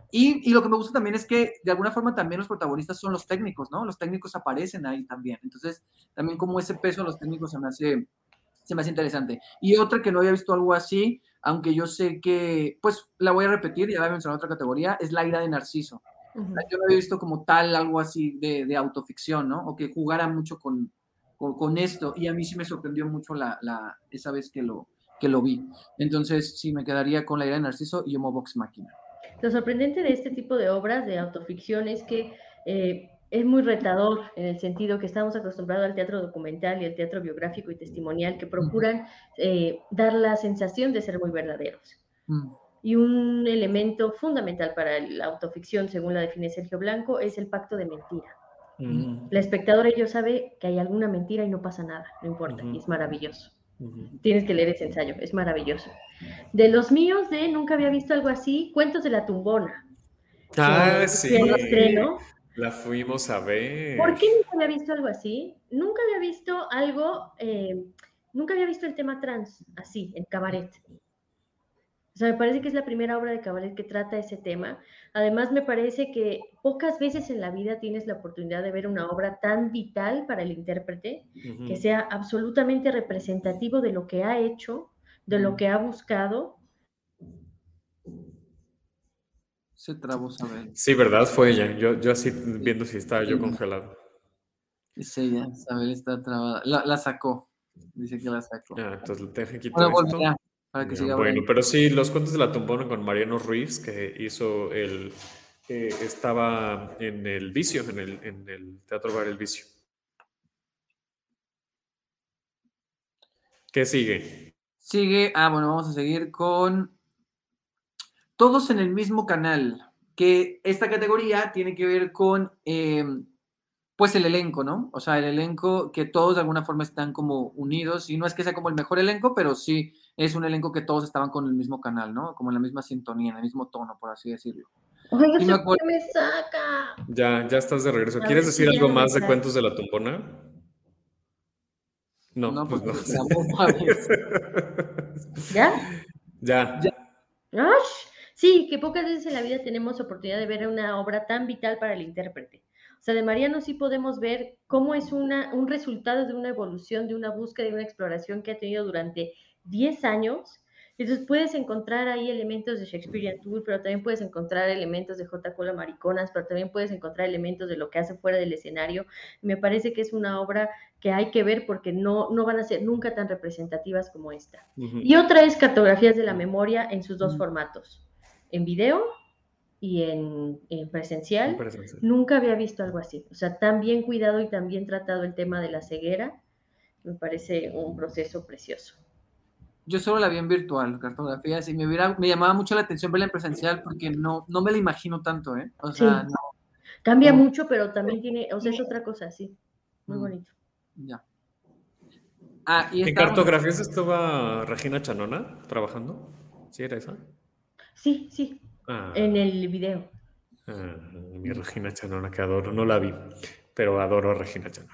Y, y lo que me gusta también es que de alguna forma también los protagonistas son los técnicos, ¿no? Los técnicos aparecen ahí también. Entonces, también como ese peso a los técnicos se me hace, se me hace interesante. Y otra que no había visto algo así, aunque yo sé que, pues la voy a repetir, ya la he mencionado en otra categoría, es La ira de Narciso. Uh-huh. Yo no había visto como tal algo así de, de autoficción, ¿no? O que jugara mucho con, con, con esto. Y a mí sí me sorprendió mucho la, la, esa vez que lo, que lo vi. Entonces, sí, me quedaría con La ira de Narciso y Homo Vox Machina. Lo sorprendente de este tipo de obras de autoficción es que eh, es muy retador en el sentido que estamos acostumbrados al teatro documental y al teatro biográfico y testimonial que procuran eh, dar la sensación de ser muy verdaderos. Mm. Y un elemento fundamental para la autoficción, según la define Sergio Blanco, es el pacto de mentira. Mm. La espectadora ello sabe que hay alguna mentira y no pasa nada, no importa, mm. y es maravilloso. Uh-huh. Tienes que leer ese ensayo, es maravilloso. De los míos, de nunca había visto algo así, Cuentos de la Tumbona. Ah, sí. El estreno. La fuimos a ver. ¿Por qué nunca había visto algo así? Nunca había visto algo, eh, nunca había visto el tema trans así, en cabaret. O sea, me parece que es la primera obra de cabaret que trata ese tema. Además, me parece que pocas veces en la vida tienes la oportunidad de ver una obra tan vital para el intérprete, uh-huh. que sea absolutamente representativo de lo que ha hecho, de uh-huh. lo que ha buscado. Se trabó, Sabel. Sí, ¿verdad? Fue ella. Yo, yo así viendo si estaba yo congelado. Es ella, Sabel está trabada. La, la sacó. Dice que la sacó. Ah, entonces le tengo que quitar bueno, esto. Volverá. Para que siga bueno, bueno, pero sí, Los Cuentos de la Tumbona con Mariano Ruiz, que hizo el... Eh, estaba en El Vicio, en el, en el Teatro Bar El Vicio. ¿Qué sigue? Sigue, ah, bueno, vamos a seguir con Todos en el mismo canal, que esta categoría tiene que ver con, eh, pues, el elenco, ¿no? O sea, el elenco que todos de alguna forma están como unidos, y no es que sea como el mejor elenco, pero sí es un elenco que todos estaban con el mismo canal, ¿no? Como en la misma sintonía, en el mismo tono, por así decirlo. Oye, me, acuerdo... me saca. Ya, ya estás de regreso. ¿Quieres decir algo más de Cuentos de la Tumbona? No, no pues no. ¿Ya? Ya. ya. ¡Ash! Sí, que pocas veces en la vida tenemos oportunidad de ver una obra tan vital para el intérprete. O sea, de Mariano sí podemos ver cómo es una, un resultado de una evolución, de una búsqueda, de una exploración que ha tenido durante diez años. Entonces puedes encontrar ahí elementos de Shakespearean Tour, pero también puedes encontrar elementos de J. Cola Mariconas, pero también puedes encontrar elementos de lo que hace fuera del escenario. Me parece que es una obra que hay que ver porque no, no van a ser nunca tan representativas como esta. Uh-huh. Y otra es Cartografías de la Memoria en sus dos uh-huh. formatos, en video y en, en presencial. presencial. Nunca había visto algo así. O sea, tan bien cuidado y tan bien tratado el tema de la ceguera. Me parece un proceso precioso. Yo solo la vi en virtual, Cartografías, y me, hubiera, me llamaba mucho la atención verla en presencial porque no, no me la imagino tanto, ¿eh? O sea, sí. no. Cambia no. mucho, pero también tiene, o sea, es otra cosa, sí. Muy mm. bonito. Ya. Ah, y ¿En Cartografías estaba Regina Chanona trabajando? ¿Sí era esa? Sí, sí. Ah. En el video. Ah, mi Regina Chanona, que adoro. No la vi, pero adoro a Regina Chanona.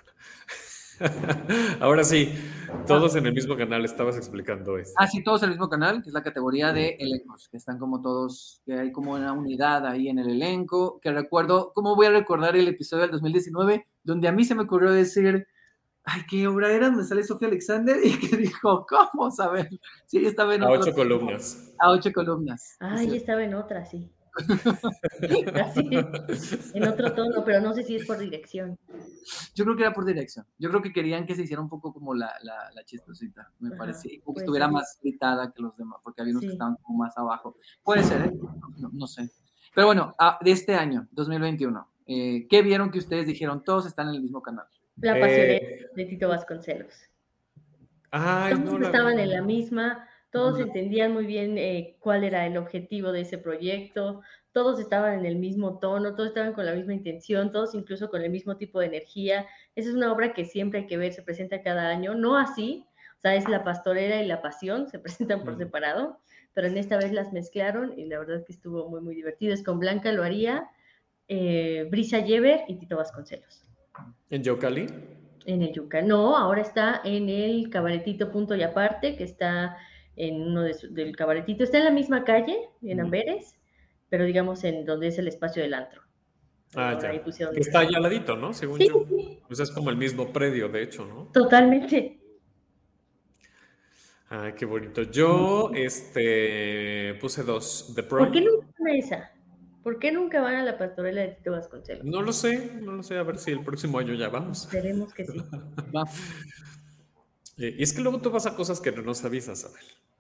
Ahora sí, todos en el mismo canal, estabas explicando esto. Ah, sí, todos en el mismo canal, que es la categoría de elencos, que están como todos, que hay como una unidad ahí en el elenco, que recuerdo, ¿cómo voy a recordar el episodio del dos mil diecinueve? Donde a mí se me ocurrió decir, ay, ¿qué obra era? Me sale Sofía Alexander y que dijo, ¿cómo saber? Sí, ella estaba en a otro ocho columnas. A ocho columnas. Ah, ella estaba en otra, sí. Así, en otro tono, pero no sé si es por dirección. Yo creo que era por dirección. Yo creo que querían que se hiciera un poco como la, la, la chistosita, me Ajá, parecía, como que estuviera ser. más gritada que los demás, porque había unos sí. que estaban como más abajo. Puede ser, ¿eh? No, no sé. Pero bueno, de este año, dos mil veintiuno, eh, ¿qué vieron que ustedes dijeron? Todos están en el mismo canal. La Pasionera eh... de Tito Vasconcelos. Ay, todos no, la... estaban en la misma. Todos entendían muy bien eh, cuál era el objetivo de ese proyecto, todos estaban en el mismo tono, todos estaban con la misma intención, todos incluso con el mismo tipo de energía. Esa es una obra que siempre hay que ver, se presenta cada año, no así, o sea, es La Pastorela y La Pasión, se presentan por separado, pero en esta vez las mezclaron y la verdad es que estuvo muy, muy divertido. Es con Blanca Loaría, eh, Brisa Yever y Tito Vasconcelos. ¿En Yocali? En el Yuca, no, ahora está en el Cabaretito Punto y Aparte, que está en uno de su, del cabaretito, está en la misma calle, en Amberes, pero digamos en donde es el espacio del antro. Ah, Ahora ya. ahí pusieron- Que está allá al ladito, ¿no? Según Sí, yo. sí. Pues es como el mismo predio, de hecho, ¿no? Totalmente. Ay, qué bonito. Yo, este, puse dos. The Prom. ¿Por qué nunca van a esa? ¿Por qué nunca van a la pastorela de Tito Vasconcelos? No lo sé, no lo sé. A ver si el próximo año ya vamos. Esperemos que sí. Eh, y es que luego tú vas a cosas que no nos avisas, Abel.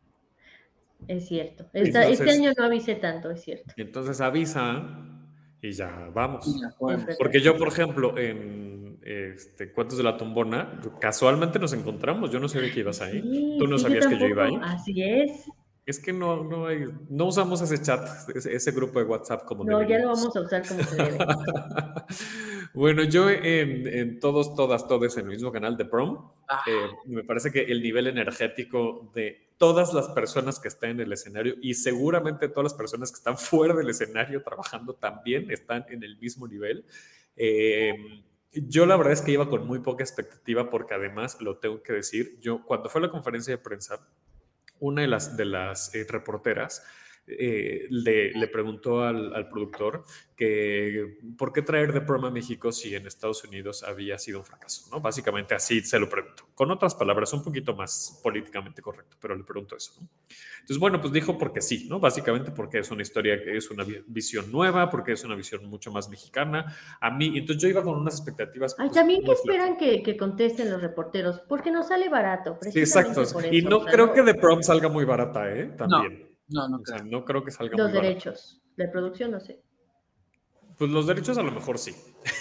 Es cierto. Esta- Entonces- este año no avisé tanto, es cierto. Entonces avisa y ya vamos. Y ya podemos. Es verdad. Porque yo, por ejemplo, en este, Cuentos de la Tumbona, casualmente nos encontramos. Yo no sabía que ibas ahí. Sí, Tú no sí, sabías que yo iba ahí. tampoco. Así es. Es que no, no, hay, no usamos ese chat, ese, ese grupo de WhatsApp como No, ya lo deberíamos. vamos a usar como se debe. Bueno, yo en, en todos, todas, todos en el mismo canal de Prom, Ah. eh, me parece que el nivel energético de todas las personas que están en el escenario y seguramente todas las personas que están fuera del escenario trabajando también están en el mismo nivel. Eh, yo la verdad es que iba con muy poca expectativa porque además, lo tengo que decir, yo cuando fue la conferencia de prensa, una de las, de las eh, reporteras eh, le, le preguntó al, al productor que por qué traer The Prom a México si en Estados Unidos había sido un fracaso, ¿no? Básicamente así se lo preguntó. Con otras palabras, un poquito más políticamente correcto, pero le preguntó eso, ¿no? Entonces, bueno, pues dijo porque sí, ¿no? Básicamente porque es una historia que es una vi- visión nueva, porque es una visión mucho más mexicana. A mí, entonces yo iba con unas expectativas. Ay, pues, también que muy flojas. esperan que, que contesten los reporteros, porque nos sale barato. Sí, exacto. precisamente por Y eso, no o sea, creo no- que The Prom salga muy barata, ¿eh? También. No, no O sea, creo. no creo que salga Los muy barata. derechos de producción, no sé. Pues los derechos a lo mejor sí.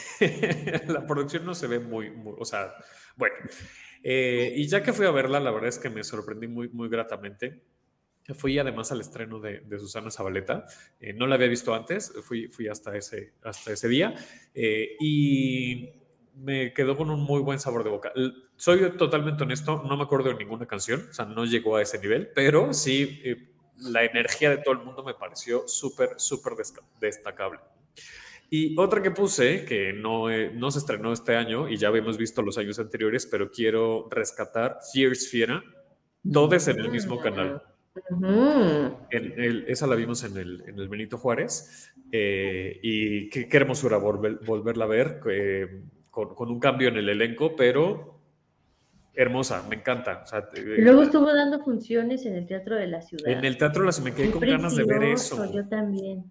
La producción no se ve muy, muy o sea, bueno. Eh, y ya que fui a verla, la verdad es que me sorprendí muy, muy gratamente. Fui además al estreno de, de Susana Zabaleta. Eh, no la había visto antes, fui, fui hasta, ese, hasta ese día. Eh, y me quedó con un muy buen sabor de boca. L- Soy totalmente honesto, no me acuerdo de ninguna canción, o sea, no llegó a ese nivel, pero sí, eh, la energía de todo el mundo me pareció súper, súper desca- destacable. Y otra que puse, que no, eh, no se estrenó este año y ya habíamos visto los años anteriores, pero quiero rescatar Fierce Fiera, todos en el mismo canal. Ujú. En el- esa la vimos en el, en el Benito Juárez eh, y qué, qué hermosura volver- volverla a ver eh, con, con un cambio en el elenco, pero hermosa, me encanta. O sea, Y eh, luego estuvo dando funciones en el Teatro de la Ciudad. en el teatro las me quedé Qué con ganas de ver precioso, eso. Yo también.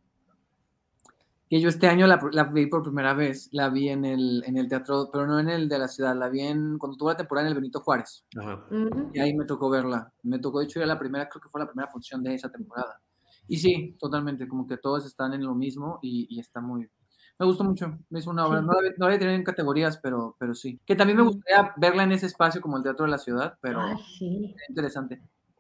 Que yo este año la, la vi por primera vez, la vi en el, en el teatro, pero no en el de la ciudad, la vi en, cuando tuvo la temporada en el Benito Juárez. Ajá. Ujú. Y ahí me tocó verla. Me tocó, de hecho, ir a la primera, creo que fue la primera función de esa temporada. Y sí, totalmente, como que todos están en lo mismo y, y está muy... Me gustó mucho, me hizo una obra, Sí. no la, había- no la había tenido en categorías, pero, pero sí. Que también me gustaría verla en ese espacio como el Teatro de la Ciudad, pero Ay, sí. interesante.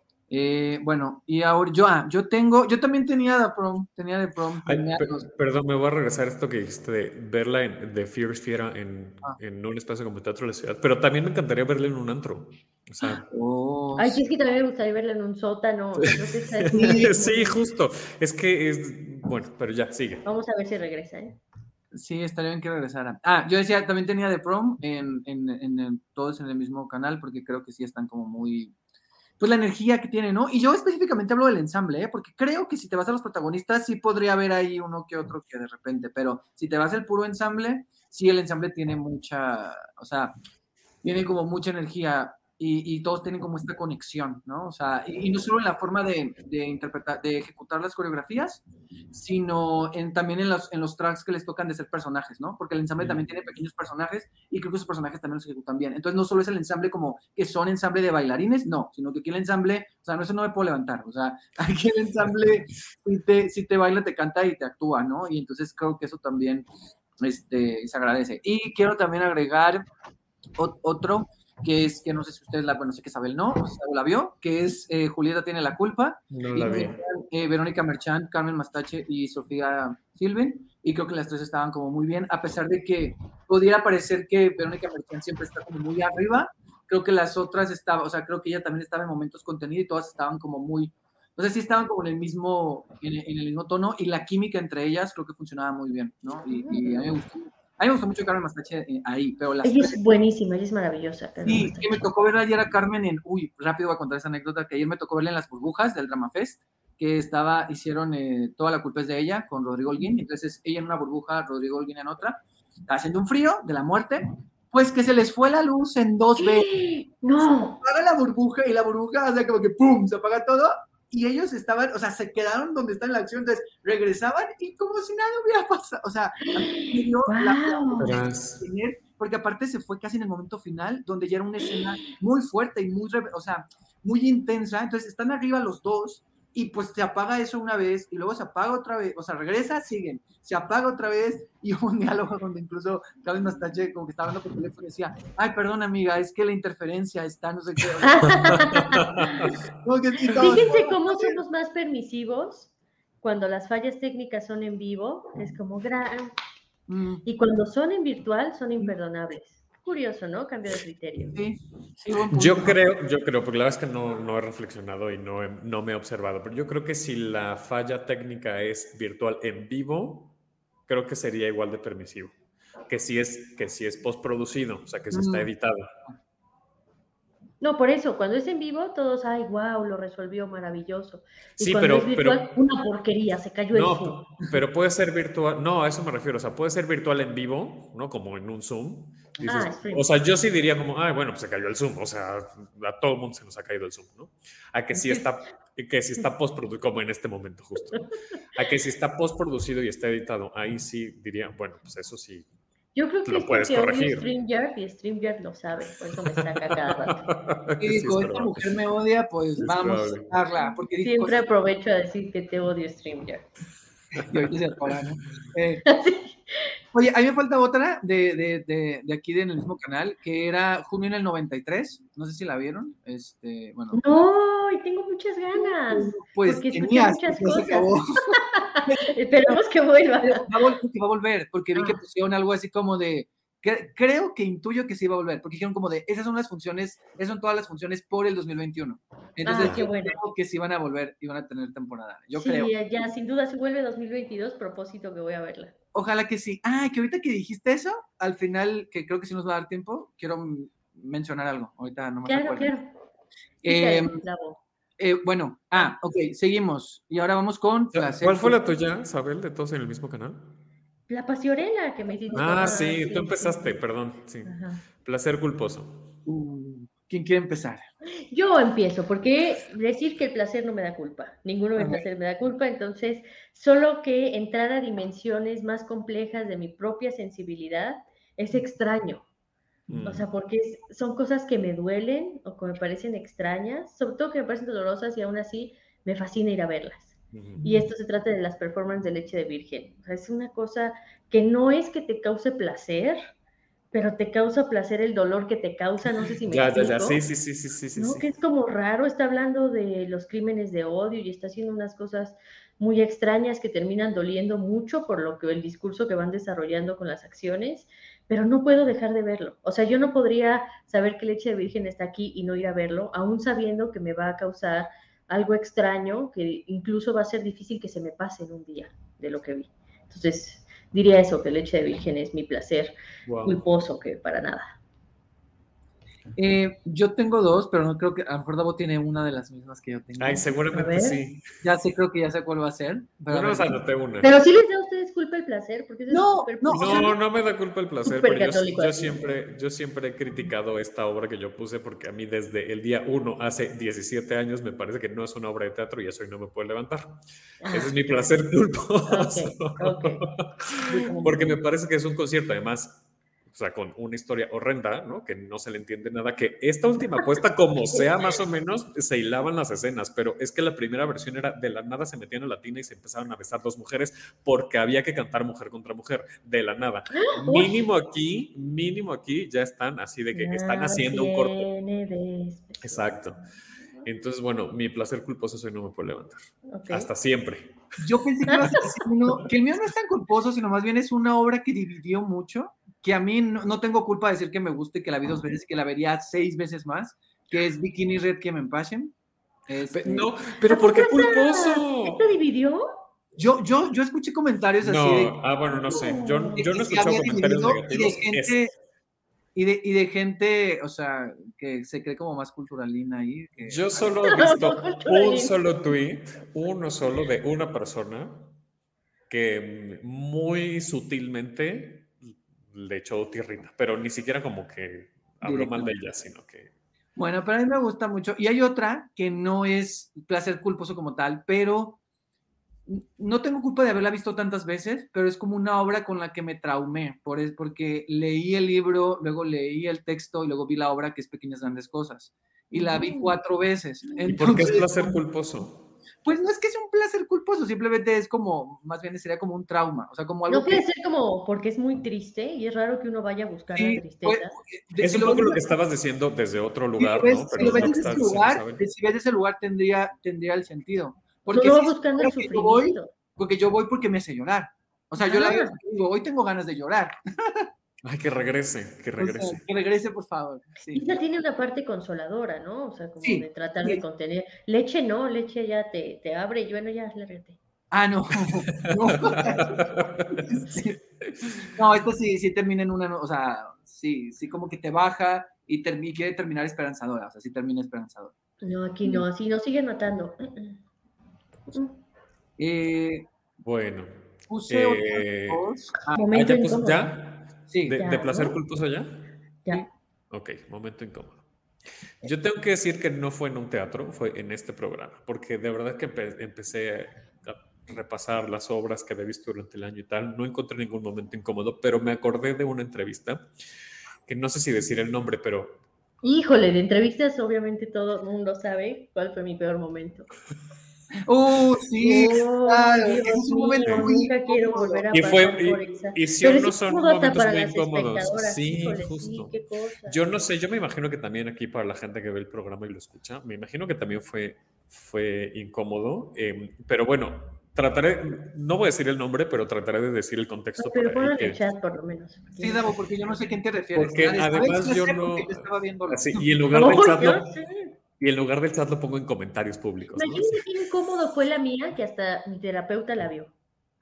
Eh, bueno, y ahora yo, ah, yo tengo, yo también tenía de prom, tenía de prom. Ay, tenía pe- los- perdón, me voy a regresar a esto que dijiste de verla en, de Fierce Fiera en, Ah. en un espacio como el Teatro de la Ciudad, pero también me encantaría verla en un antro. O sea, Oh, Ay, sí, es que también me gustaría verla en un sótano. Yo creo que está así. sí, justo. Es que es. Bueno, pero ya, sigue. Vamos a ver si regresa, ¿eh? sí, estaría bien que regresaran. Ah, yo decía, también tenía de prom en, en, en, en- todos en el mismo canal, porque creo que sí están como muy, pues la energía que tienen, ¿no? Y yo específicamente hablo del ensamble, ¿eh? Porque creo que si te vas a los protagonistas, sí podría haber ahí uno que otro que de repente, pero si te vas al puro ensamble, sí el ensamble tiene mucha, o sea, tiene como mucha energía y, y todos tienen como esta conexión, ¿no? O sea, y, y no solo en la forma de, de interpretar, de ejecutar las coreografías, sino en, también en los, en los tracks que les tocan de ser personajes, ¿no? Porque el ensamble también tiene pequeños personajes y creo que esos personajes también los ejecutan bien. Entonces no solo es el ensamble como que son ensamble de bailarines, no, sino que aquí el ensamble, o sea, no, eso no me puedo levantar, o sea, aquí el ensamble si te, si te baila, te canta y te actúa, ¿no? Y entonces creo que eso también este, se agradece. Y quiero también agregar ot- otro que es, que no sé si ustedes la, bueno, sé que Isabel no, o sea, la vio, que es eh, Julieta tiene la culpa. No Y la vi. eh, Verónica Merchant, Carmen Mastache y Sofía Silven, y creo que las tres estaban como muy bien, a pesar de que pudiera parecer que Verónica Merchant siempre está como muy arriba, creo que las otras estaban, o sea, creo que ella también estaba en momentos contenido y todas estaban como muy, no sé si estaban como en el mismo, en, en el mismo tono, y la química entre ellas creo que funcionaba muy bien, ¿no? Y, y a mí me gustó. A mí me gustó mucho Carmen Mastache eh, ahí, pero las Ella tres- es buenísima, ella es maravillosa. Carmen Sí, Mastache. que me tocó ver ayer a Carmen en, uy, rápido voy a contar esa anécdota, que ayer me tocó verla en Las Burbujas del Drama Fest, que estaba, hicieron eh, Toda la culpa es de ella con Rodrigo Holguín, entonces ella en una burbuja, Rodrigo Holguín en otra, haciendo un frío de la muerte, pues que se les fue la luz en dos veces. No. Se apaga la burbuja y la burbuja hace como que ¡pum! Se apaga todo y ellos estaban, o sea, se quedaron donde está en la acción, entonces regresaban y como si nada hubiera pasado, o sea, dio wow. la porque aparte se fue casi en el momento final, donde ya era una escena muy fuerte y muy, o sea, muy intensa, entonces están arriba los dos, y pues se apaga eso una vez, y luego se apaga otra vez, o sea, regresa, siguen, se apaga otra vez, y hubo un diálogo donde incluso Gaby Mastache como que estaba hablando por teléfono y decía, ay, perdón amiga, es que la interferencia está, no sé qué. que, Fíjense cómo somos más permisivos cuando las fallas técnicas son en vivo, es como gran... Mm. Y cuando son en virtual, son imperdonables. Curioso, ¿no? Cambio de criterio. Sí. Sí, yo creo, yo creo, porque la verdad es que no, no he reflexionado y no, he, no me he observado, pero yo creo que si la falla técnica es virtual en vivo, creo que sería igual de permisivo que si es, que si es postproducido, o sea, que si mm. está editado. No, por eso, cuando es en vivo, todos, ay, wow, lo resolvió maravilloso. Y sí, cuando pero, es virtual, pero, una porquería, se cayó no, el Zoom. Pero puede ser virtual, no, a eso me refiero, o sea, puede ser virtual en vivo, ¿no? Como en un Zoom. Dices, ah, sí. O sea, yo sí diría como, ay, bueno, pues se cayó el Zoom, o sea, a todo el mundo se nos ha caído el Zoom, ¿no? A que sí está, que sí está postproducido, como en este momento justo, ¿no? A que si está postproducido y está editado, ahí sí diría, bueno, pues eso sí. Yo creo que lo es puedes porque corregir. odio StreamYard y StreamYard lo sabe, por eso me saca cada rato. Y digo, sí, esta mujer me odia, pues es vamos probable. a darla. Porque siempre cosas... aprovecho a decir que te odio StreamYard. Y ahorita se apaga, ¿no? Eh, sí. Oye, a mí me falta otra de, de, de, de aquí, de en el mismo canal, que era junio en el noventa y tres. No sé si la vieron. Este, bueno. No, y tengo muchas ganas. Pues porque tenías, muchas pues cosas. Se acabó. Esperamos que vuelva. Va a, vol- que va a volver, porque vi que pusieron algo así como de, que, creo que intuyo que sí va a volver, porque dijeron como de, esas son las funciones, esas son todas las funciones por el dos mil veintiuno. Entonces, ah, qué bueno. Creo que sí van a volver y van a tener temporada. Yo sí, creo. ya, sin duda, si vuelve dos mil veintidós, propósito que voy a verla. Ojalá que sí. Ah, que ahorita que dijiste eso, al final, que creo que sí nos va a dar tiempo, quiero mencionar algo. Ahorita no me Claro, acuerdo. claro. Eh, eh, bueno, ah, ok, seguimos. Y ahora vamos con Placer. ¿Cuál fue la tuya, Isabel, de todos en el mismo canal? La Pasiorela, que me hiciste. Ah, sí, tú empezaste, perdón. Sí. Ajá. Placer culposo. Uh, ¿Quién quiere empezar? Yo empiezo, porque decir que el placer no me da culpa. Ninguno del placer me da culpa, entonces, solo que entrar a dimensiones más complejas de mi propia sensibilidad es extraño. Mm. O sea, porque es, son cosas que me duelen o que me parecen extrañas, sobre todo que me parecen dolorosas y aún así me fascina ir a verlas. Mm. Y esto se trata de las performances de Leche de Virgen. O sea, es una cosa que no es que te cause placer, pero te causa placer el dolor que te causa, no sé si me ya, explico. Ya, ya, sí, sí, sí, sí, sí, ¿no? sí. Que es como raro, está hablando de los crímenes de odio y está haciendo unas cosas muy extrañas que terminan doliendo mucho por lo que el discurso que van desarrollando con las acciones, pero no puedo dejar de verlo. O sea, yo no podría saber que Leche de Virgen está aquí y no ir a verlo, aún sabiendo que me va a causar algo extraño, que incluso va a ser difícil que se me pase en un día de lo que vi. Entonces, diría eso, que Leche de Virgen es mi placer wow. culposo, que para nada. Eh, yo tengo dos, pero no creo que, a lo mejor Davo tiene una de las mismas que yo tengo. Ay, seguramente sí. Ya sé, creo que ya sé cuál va a ser. Pero yo no anoté una. Pero sí les da a ustedes culpa el placer, porque eso no, es no, no, no, no me da culpa el placer, pero yo, yo, siempre, yo siempre he criticado esta obra que yo puse, porque a mí desde el día uno, hace diecisiete años, me parece que no es una obra de teatro y eso hoy no me puede levantar. Ah. Ese es mi placer culposo. Okay, okay. Porque me parece que es un concierto, además, o sea, con una historia horrenda, ¿no? Que no se le entiende nada, que esta última apuesta, como sea, más o menos, se hilaban las escenas, pero es que la primera versión era de la nada se metían a la tina y se empezaron a besar dos mujeres porque había que cantar mujer contra mujer, de la nada. Mínimo aquí, mínimo aquí ya están así de que están haciendo un corto. Exacto. Entonces, bueno, mi placer culposo hoy no me puede levantar. Okay. Hasta siempre. Yo pensé que ibas a decir uno, que el mío no es tan culposo, sino más bien es una obra que dividió mucho, que a mí no, no tengo culpa de decir que me guste, que la vi dos veces y que la vería seis veces más, que es Bikini Requiem en Passion. Este... No, pero ¿por qué culposo? ¿Esto dividió? Yo, yo, yo escuché comentarios no, así de... Ah, bueno, no sé. Yo, yo no he escuchado comentarios negativos. De gente, Y de, y de gente, o sea, que se cree como más culturalina ahí. Que... Yo solo he visto un solo tweet, uno solo de una persona que muy sutilmente le echó tierrita, pero ni siquiera como que habló mal de ella, sino que... Bueno, pero a mí me gusta mucho. Y hay otra que no es placer culposo como tal, pero no tengo culpa de haberla visto tantas veces, pero es como una obra con la que me traumé, por es porque leí el libro, luego leí el texto y luego vi la obra que es Pequeñas Grandes Cosas. Y la vi cuatro veces. Entonces, ¿y por qué es placer culposo? Pues no es que sea un placer culposo, simplemente es como, más bien sería como un trauma, o sea, como algo no puede que... ser como porque es muy triste y es raro que uno vaya a buscar sí, la tristeza. Pues, es si un poco lo, lo que estabas diciendo desde otro lugar, si ves, ¿no? Pero si lo ves desde ese lugar, si ves ese lugar tendría, tendría el sentido. Porque no si buscando el sufrimiento. Voy, porque yo voy porque me hace llorar. O sea, yo ah. la veo y digo, hoy tengo ganas de llorar. Ay, que regrese, que regrese. O sea, que regrese, por favor. Sí. Esa tiene una parte consoladora, ¿no? O sea, como sí, de tratar sí. de contener. Leche no, leche ya te, te abre y bueno, ya lárgate. Ah, no. No, sí. No, esto sí, sí termina en una, o sea, sí, sí como que te baja y, term y quiere terminar esperanzadora, o sea, sí termina esperanzadora. No, aquí no, así nos siguen matando. Eh, bueno. Puse eh, ah, ¿ya, pues, ¿Ya? Sí. ¿De, ya, ¿De placer ¿no? culposo ya? Ya. Ok, momento incómodo. Yo tengo que decir que no fue en un teatro, fue en este programa, porque de verdad que empe empecé a repasar las obras que había visto durante el año y tal, no encontré ningún momento incómodo, pero me acordé de una entrevista, que no sé si decir el nombre, pero... Híjole, de entrevistas obviamente todo el mundo sabe cuál fue mi peor momento. ¡Oh, sí! Oh, claro, Dios es un mío, momento muy nunca incómodo. quiero volver a y pasar fue, por y, esa. y si Pero no es son incómodo momentos para muy las incómodos. espectadoras. Sí, Híjole, justo. sí, qué cosa. Yo no sé, yo me imagino que también aquí para la gente que ve el programa y lo escucha, me imagino que también fue, fue incómodo, eh, pero bueno, trataré, no voy a decir el nombre, pero trataré de decir el contexto. No, pero para ponlo que, en el chat por lo menos. Sí, Davo, porque yo no sé a quién te refieres. Porque ¿Sabes? además ¿Sabes? yo Sé no... yo estaba viendo Así, y en lugar oh, del chat lo, sé. y en lugar del chat lo pongo en comentarios públicos, ¿no? Imagínate qué incómodo fue la mía que hasta mi terapeuta la vio.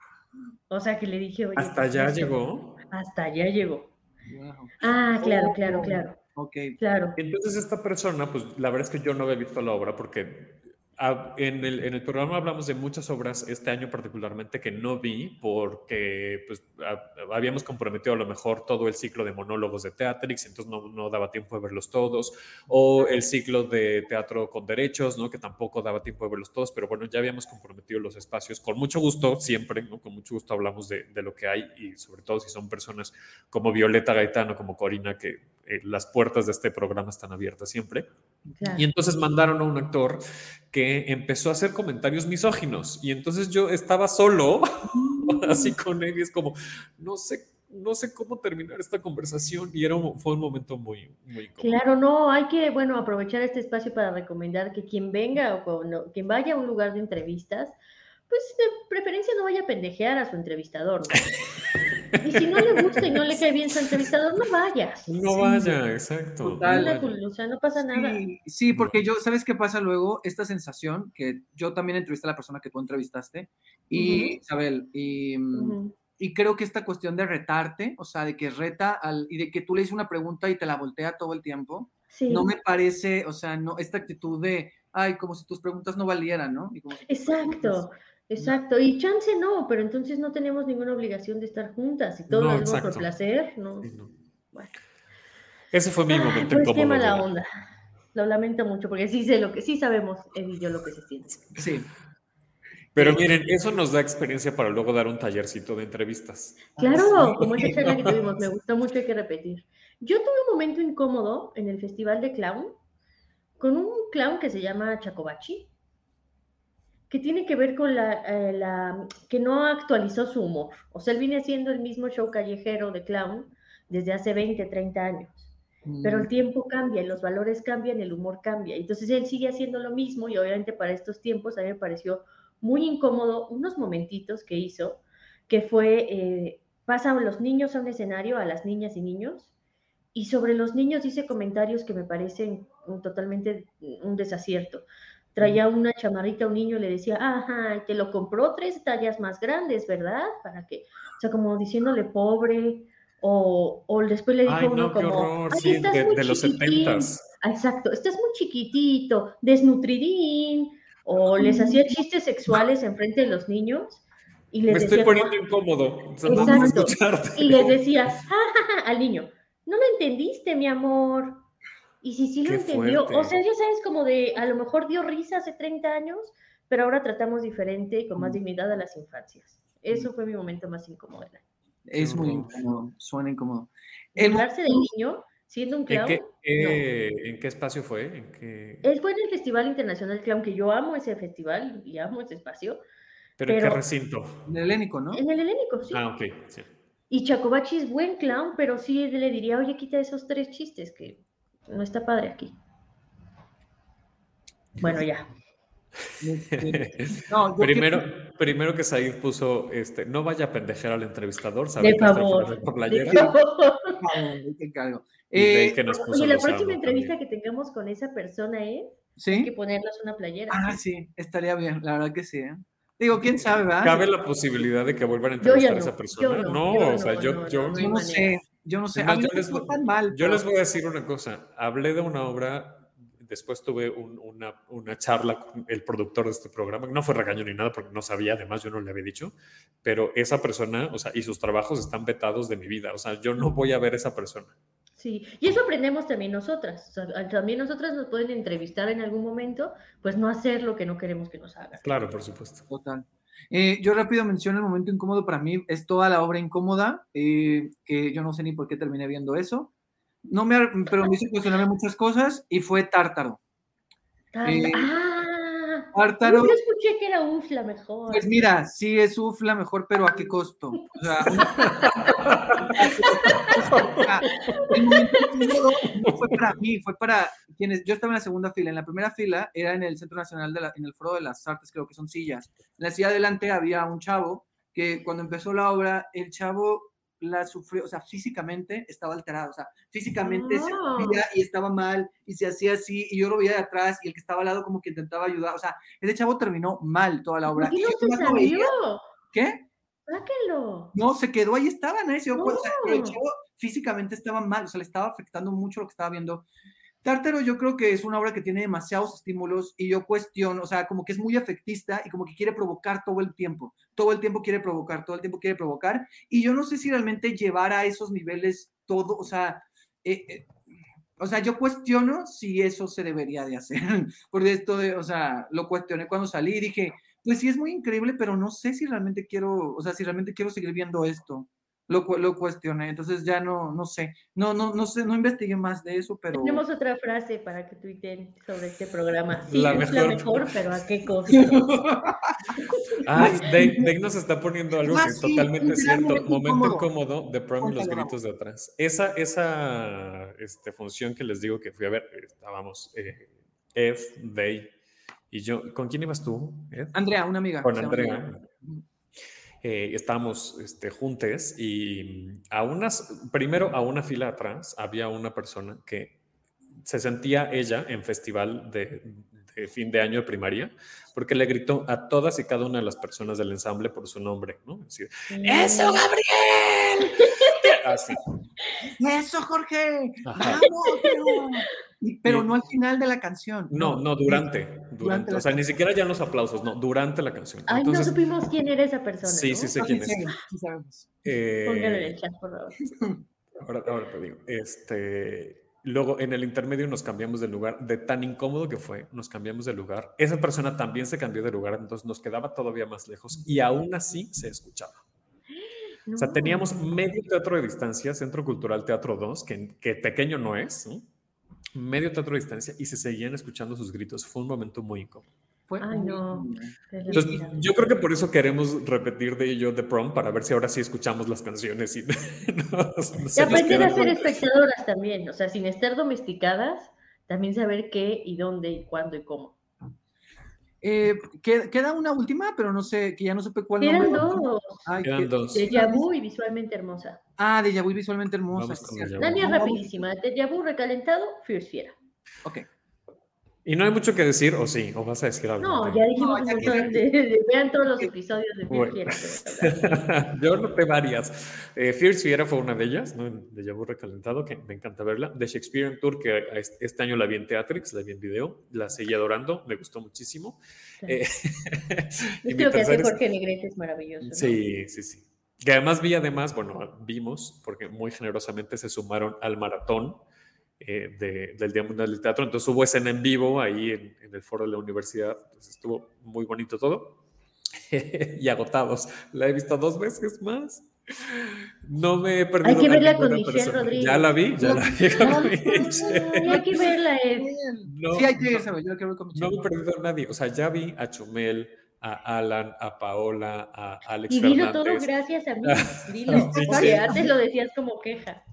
O sea, que le dije, oye... ¿Hasta allá llegó? Hasta allá llegó. Wow. Ah, claro, oh, claro, claro. Ok. Claro. Entonces esta persona, pues la verdad es que yo no había visto la obra porque a, en, el, en el programa hablamos de muchas obras este año particularmente que no vi porque pues a, habíamos comprometido a lo mejor todo el ciclo de monólogos de Teatrix, entonces no, no daba tiempo de verlos todos, o el ciclo de teatro con derechos, ¿no? Que tampoco daba tiempo de verlos todos, pero bueno, ya habíamos comprometido los espacios con mucho gusto, siempre, ¿no? Con mucho gusto hablamos de, de lo que hay y sobre todo si son personas como Violeta Gaetano, como Corina, que eh, las puertas de este programa están abiertas siempre. Claro. Y entonces mandaron a un actor que empezó a hacer comentarios misóginos y entonces yo estaba solo así con él y es como no sé, no sé cómo terminar esta conversación y era un, fue un momento muy, muy incómodo. Claro, no, hay que, bueno, aprovechar este espacio para recomendar que quien venga o cuando, quien vaya a un lugar de entrevistas, pues de preferencia no vaya a pendejear a su entrevistador, ¿no? Y si no le gusta y no le cae bien su entrevistador, no vayas. No vaya, exacto. Total. No, o sea, no pasa nada. Sí, sí, porque yo, ¿sabes qué pasa luego? Esta sensación que yo también entrevisté a la persona que tú entrevistaste, y uh-huh. Isabel, y, uh-huh. y creo que esta cuestión de retarte, o sea, de que reta al, y de que tú le dices una pregunta y te la voltea todo el tiempo, sí. No me parece, o sea, no, esta actitud de, ay, como si tus preguntas no valieran, ¿no? Y como si exacto. Exacto, y chance no, pero entonces no tenemos ninguna obligación de estar juntas y todos no, lo hacemos por placer, ¿no? Sí, no. Bueno. Ese fue mi momento pues incómodo. Qué mala onda. Lo lamento mucho porque sí sé lo que sí sabemos Ed y yo lo que se siente. Sí. Pero miren, eso nos da experiencia para luego dar un tallercito de entrevistas. Claro, como esa charla que tuvimos, me gustó mucho, hay que repetir. Yo tuve un momento incómodo en el Festival de Clown con un clown que se llama Chacobachi, que tiene que ver con la, eh, la, que no actualizó su humor. O sea, él viene haciendo el mismo show callejero de clown desde hace veinte, treinta años. Mm. Pero el tiempo cambia, los valores cambian, el humor cambia. Entonces él sigue haciendo lo mismo y obviamente para estos tiempos a mí me pareció muy incómodo unos momentitos que hizo, que fue, eh, pasan los niños a un escenario, a las niñas y niños, y sobre los niños dice comentarios que me parecen un, totalmente un desacierto. Traía una chamarrita a un niño y le decía, ajá, te lo compró tres tallas más grandes, ¿verdad? Para que, o sea, como diciéndole pobre, O, o después le dijo Ay, uno no, qué como, horror, ay, sí, estás de, muy de los chiquitín. setentas. Exacto, estás muy chiquitito, desnutridín. O les hacía chistes sexuales enfrente de los niños. Y les Me estoy decía poniendo como, incómodo. O sea, nada más exacto. escucharte. Y les decía, ja, ja, ja, al niño, no lo entendiste, mi amor. Y si sí lo Qué entendió, fuerte. o sea, ya sabes, como de, a lo mejor dio risa hace treinta años, pero ahora tratamos diferente y con más dignidad a las infancias. Eso fue mi momento más incómodo. Es muy incómodo, suena incómodo. Burlarse del niño, siendo un ¿En clown, qué, no. eh, ¿En qué espacio fue? ¿En qué... Es fue en el Festival Internacional Clown, que yo amo ese festival y amo ese espacio. ¿Pero en pero qué recinto? En el Helénico, ¿no? En el Helénico, sí. Ah, ok, sí. Y Chacobachi es buen clown, pero sí le diría, oye, quita esos tres chistes, que no está padre aquí. Bueno, ya. No, primero, quiero... primero que Said puso, este, no vaya a pendejar al entrevistador, sabe de que favor, está por playera. De favor. Eh, y que nos puso oye, la próxima entrevista también. que tengamos con esa persona es, ¿sí? Hay que ponernos una playera. Ah, sí, sí estaría bien, la verdad que sí, ¿eh? Digo, quién sabe, ¿verdad? ¿Cabe la posibilidad de que vuelvan a entrevistar no, a esa persona? Yo no, no, no yo o sea, no, yo, no, yo, no, yo no sé, yo no sé. Además, a mí yo no les, me fue tan mal. Yo pero... les voy a decir una cosa. Hablé de una obra, después tuve un, una, una charla con el productor de este programa, no fue regaño ni nada porque no sabía, además yo no le había dicho, pero esa persona, o sea, y sus trabajos están vetados de mi vida, o sea, yo no voy a ver a esa persona. Sí, y eso aprendemos también nosotras, o sea, también nosotras nos pueden entrevistar en algún momento, pues no hacer lo que no queremos que nos hagan. Claro, por supuesto. Total. Eh, yo rápido menciono el momento incómodo para mí, es toda la obra incómoda, eh, que yo no sé ni por qué terminé viendo eso, no me, pero me hizo cuestionarme muchas cosas, y fue Tártaro. Tártaro. Eh, ¡Ah! Tártaro. Yo escuché que era Uf la mejor. Pues mira, sí es Uf la mejor, pero ¿a qué costo? O sea, el momento incómodo no fue para mí, fue para quienes, yo estaba en la segunda fila, en la primera fila era en el Centro Nacional, de la, en el Foro de las Artes, creo que son sillas. En la silla adelante había un chavo que cuando empezó la obra, el chavo la sufrió, o sea, físicamente estaba alterado, o sea, físicamente oh. se movía y estaba mal, y se hacía así, y yo lo veía de atrás, y el que estaba al lado como que intentaba ayudar, o sea, ese chavo terminó mal toda la obra. ¿Por qué y no se salió? ¿Qué? Sáquenlo. No, se quedó ahí, estaba, nadie se dio cuenta, no. o sea, pero el chavo físicamente estaba mal, o sea, le estaba afectando mucho lo que estaba viendo. Tártaro yo creo que es una obra que tiene demasiados estímulos y yo cuestiono, o sea, como que es muy efectista y como que quiere provocar todo el tiempo, todo el tiempo quiere provocar, todo el tiempo quiere provocar, y yo no sé si realmente llevar a esos niveles todo, o sea, eh, eh, o sea, yo cuestiono si eso se debería de hacer, porque esto, de, o sea, lo cuestioné cuando salí y dije, pues sí es muy increíble, pero no sé si realmente quiero, o sea, si realmente quiero seguir viendo esto. Lo, lo cuestioné, entonces ya no, no sé, no, no, no sé, no investigué más de eso, pero... Tenemos otra frase para que tuiten sobre este programa. Sí, la es mejor. la mejor, pero ¿a qué costo? Ah, Dave, Dave nos está poniendo algo ah, que es sí, totalmente cierto. Momento, momento incómodo, incómodo de Prom y los gritos de atrás. Esa, esa este, función que les digo que fui a ver, estábamos eh, Ed, Dave y yo. ¿Con quién ibas tú, Ed? Andrea, una amiga. Con Andrea. Eh, estábamos este, juntos y a unas, primero a una fila atrás había una persona que se sentía ella en festival de, de fin de año de primaria porque le gritó a todas y cada una de las personas del ensamble por su nombre, ¿no? Decir, mm. ¡Eso, Gabriel! Así. ¡Eso, Jorge! Ajá. ¡Vamos! Pero, pero no al final de la canción. No, no, durante. durante, durante o sea, canción. Ni siquiera ya en los aplausos, no, durante la canción. Ay, Entonces, no supimos quién era esa persona. Sí, ¿no? sí sé quién sí, es. Sí, sabemos. Eh, Póngalo en el chat, por favor. Ahora, ahora te digo. Este, luego, en el intermedio nos cambiamos de lugar. De tan incómodo que fue, nos cambiamos de lugar. Esa persona también se cambió de lugar, entonces nos quedaba todavía más lejos y aún así se escuchaba. No. O sea, teníamos medio teatro de distancia, Centro Cultural Teatro dos, que, que pequeño no es, ¿no? Medio teatro de distancia y se seguían escuchando sus gritos. Fue un momento muy incómodo. Ay, no. Entonces, yo creo que por eso queremos repetir de ello The Prom, para ver si ahora sí escuchamos las canciones. Y, no, y aprender a ser espectadoras también, o sea, sin estar domesticadas, también saber qué y dónde y cuándo y cómo. Eh, queda una última, pero no sé, que ya no supe cuál Quedan nombre. dos. Ay, Quedan que, dos. Déjà Vu y Visualmente Hermosa. Ah, Déjà Vu y Visualmente Hermosa. La mía rapidísima. Déjà Vu recalentado, Fierce Fiera. Ok. Y no hay mucho que decir, o sí, o vas a decir algo. No, de... ya dijimos No, un ya montón de, de- vean todos los episodios de Bueno. Fear Fiera. Yo noté varias. Eh, Fierce Fiera fue una de ellas, ¿no? De Déjà Vu Recalentado, que me encanta verla. The Shakespearean Tour, que este año la vi en Theatrix, la vi en video, la seguí adorando, me gustó muchísimo. Sí. Eh, es que lo que hace Jorge Negrete es maravilloso, ¿no? Sí, sí, sí. Que además vi, además, bueno, vimos, porque muy generosamente se sumaron al maratón eh, de, del Día Mundial del Teatro, entonces hubo escena en vivo ahí en, en el foro de la universidad, entonces estuvo muy bonito todo. Y agotados. La he visto dos veces más. No me he perdido. Hay que verla con ninguna Michelle persona. Rodríguez. Ya la vi, ya no, la vi con no, Michelle. no, hay que verla. Eh. No, sí, hay que no, irse, yo quiero ver con Michelle. No me he perdido a nadie. O sea, ya vi a Chumel, a Alan, a Paola, a Alex y dilo Fernández. todo gracias a mí. Dilo. Porque antes lo decías como queja.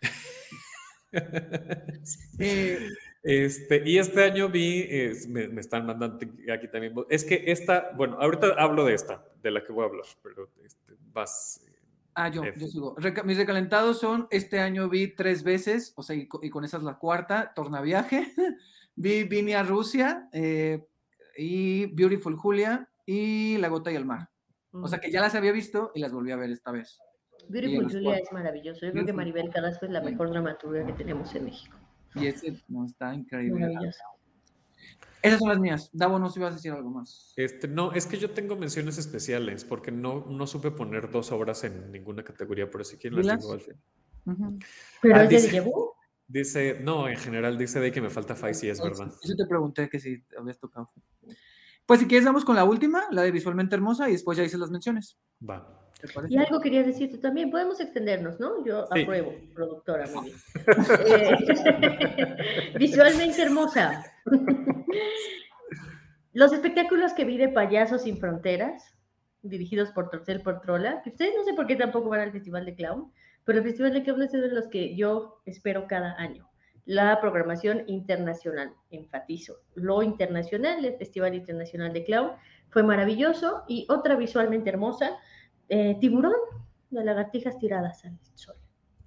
eh, este, y este año vi, eh, me, me están mandando aquí también. Es que esta, bueno, ahorita hablo de esta, de la que voy a hablar, pero este, vas. Eh, ah, yo, F. yo sigo. Reca mis recalentados son, este año vi tres veces, o sea, y, y con esa es la cuarta, Tornaviaje. vi Vine a Rusia, eh, y Beautiful Julia, y La Gota y el Mar. Mm. O sea, que ya las había visto y las volví a ver esta vez. Beautiful Julia es maravilloso. Yo Beautiful. creo que Maribel Carrasco es la mejor dramaturga que tenemos en México. Y ese no está increíble. Maravilloso. Esas son las mías. Davo, no sé si vas a decir algo más. Este, no, es que yo tengo menciones especiales porque no, no supe poner dos obras en ninguna categoría, pero si quieren las digo al fin. Uh-huh. ¿Pero ah, es dice, de Déjà Vu? Dice, no, en general dice de que me falta F A I, sí es verdad. Yo te pregunté que si habías tocado. Pues si quieres vamos con la última, la de Visualmente Hermosa, y después ya hice las menciones. Va. Y algo querías decir tú también, podemos extendernos, ¿no? Yo sí. apruebo, productora, muy bien. eh, Visualmente Hermosa. Los espectáculos que vi de Payasos Sin Fronteras, dirigidos por Torcel Portrola, que ustedes no sé por qué tampoco van al Festival de Clown, pero el Festival de Clown es uno de los que yo espero cada año. La programación internacional, enfatizo, lo internacional, el Festival Internacional de Clown, fue maravilloso. Y otra visualmente hermosa, eh, Tiburón, de lagartijas tiradas al sol.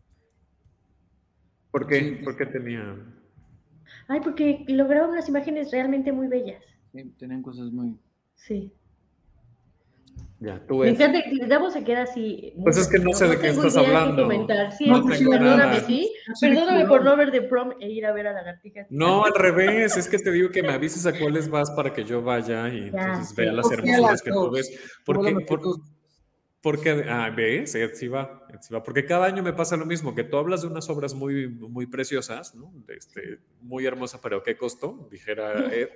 ¿Por qué? Sí. ¿Por qué tenía...? Ay, porque lograron unas imágenes realmente muy bellas. Sí, tenían cosas muy... Sí. Ya, tú ves. Me encanta que Davo se queda así. Pues es que no, no sé de no qué estás hablando. Que sí, no, sí, perdóname, sí. Perdóname por no ver The Prom e ir a ver a lagartijas. No, al revés. Es que te digo que me avises a cuáles vas para que yo vaya y ya, entonces sí. vea las hermosuras que tú ves. Porque, por, porque, ah, ves, sí va, sí va. Porque cada año me pasa lo mismo, que tú hablas de unas obras muy, muy preciosas, ¿no? Este, muy hermosa, pero ¿a qué costo? Dijera Ed.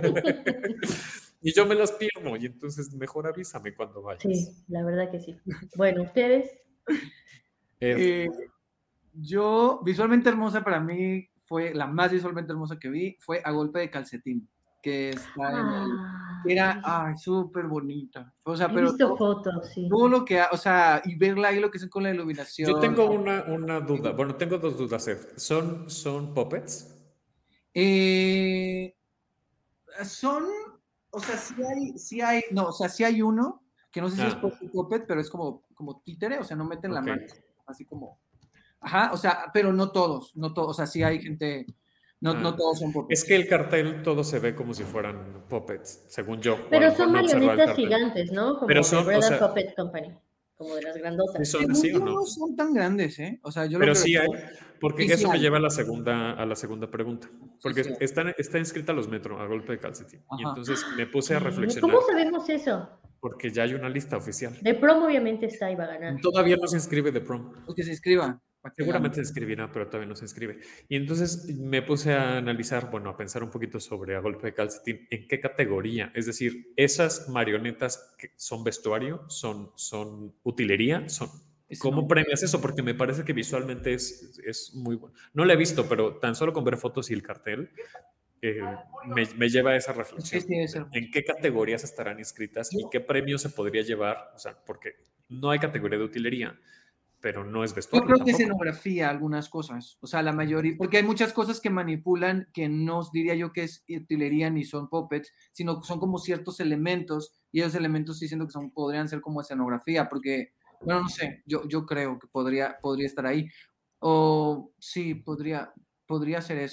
Y yo me las pierdo, y entonces mejor avísame cuando vayas. Sí, la verdad que sí. Bueno, ¿ustedes? Eh, yo, Visualmente Hermosa para mí fue la más visualmente hermosa que vi, fue A Golpe de Calcetín, que está ah, en el, era ay, súper bonita. O sea, he pero visto todo, fotos, sí. Todo lo que, o sea, y verla ahí lo que hacen con la iluminación. Yo tengo una, una duda, bueno, tengo dos dudas, Ed. ¿Son, son puppets? Eh, son... O sea, sí hay, sí hay, no, o sea, sí hay uno, que no sé si ah. es puppet, pero es como, como títere, o sea, no meten okay. la mano, así como, ajá, o sea, pero no todos, no todos, o sea, sí hay gente, no, ah. no todos son puppets. Es que el cartel todo se ve como si fueran puppets, según yo. Pero son marionetas gigantes, ¿no? Como pero son, de o sea, Puppet Company. Como de las grandotas. ¿Son así o no? No son tan grandes, ¿eh? O sea, yo Pero lo sí hay, que... porque sí, eso sí me hay. lleva a la segunda, a la segunda pregunta. Porque sí, sí. Está, está inscrita a los metros, A Golpe de Calcetín. Ajá. Y entonces me puse a reflexionar. ¿Cómo sabemos eso? Porque ya hay una lista oficial. De Prom obviamente está y va a ganar. Todavía no se inscribe de Prom. Pues que se inscriba. Seguramente se inscribirá, pero todavía no se inscribe. Y entonces me puse a analizar, bueno, a pensar un poquito sobre A Golpe de Calcetín, ¿en qué categoría? Es decir, ¿esas marionetas que son vestuario, son, son utilería, son... ¿Cómo premias eso? Porque me parece que visualmente es, es muy bueno. No lo he visto, pero tan solo con ver fotos y el cartel eh, me, me lleva a esa reflexión. Sí, sí, ¿En qué categorías estarán inscritas y qué premio se podría llevar? O sea, porque no hay categoría de utilería, pero no es vestuario. Yo creo tampoco. que escenografía, algunas cosas. O sea, la mayoría, porque hay muchas cosas que manipulan que no diría yo que es utilería ni son puppets, sino son como ciertos elementos, y esos elementos sí siento que son, podrían ser como escenografía, porque... Bueno, no sé, yo, yo creo que podría, podría estar ahí. O sí, podría, podría ser eso.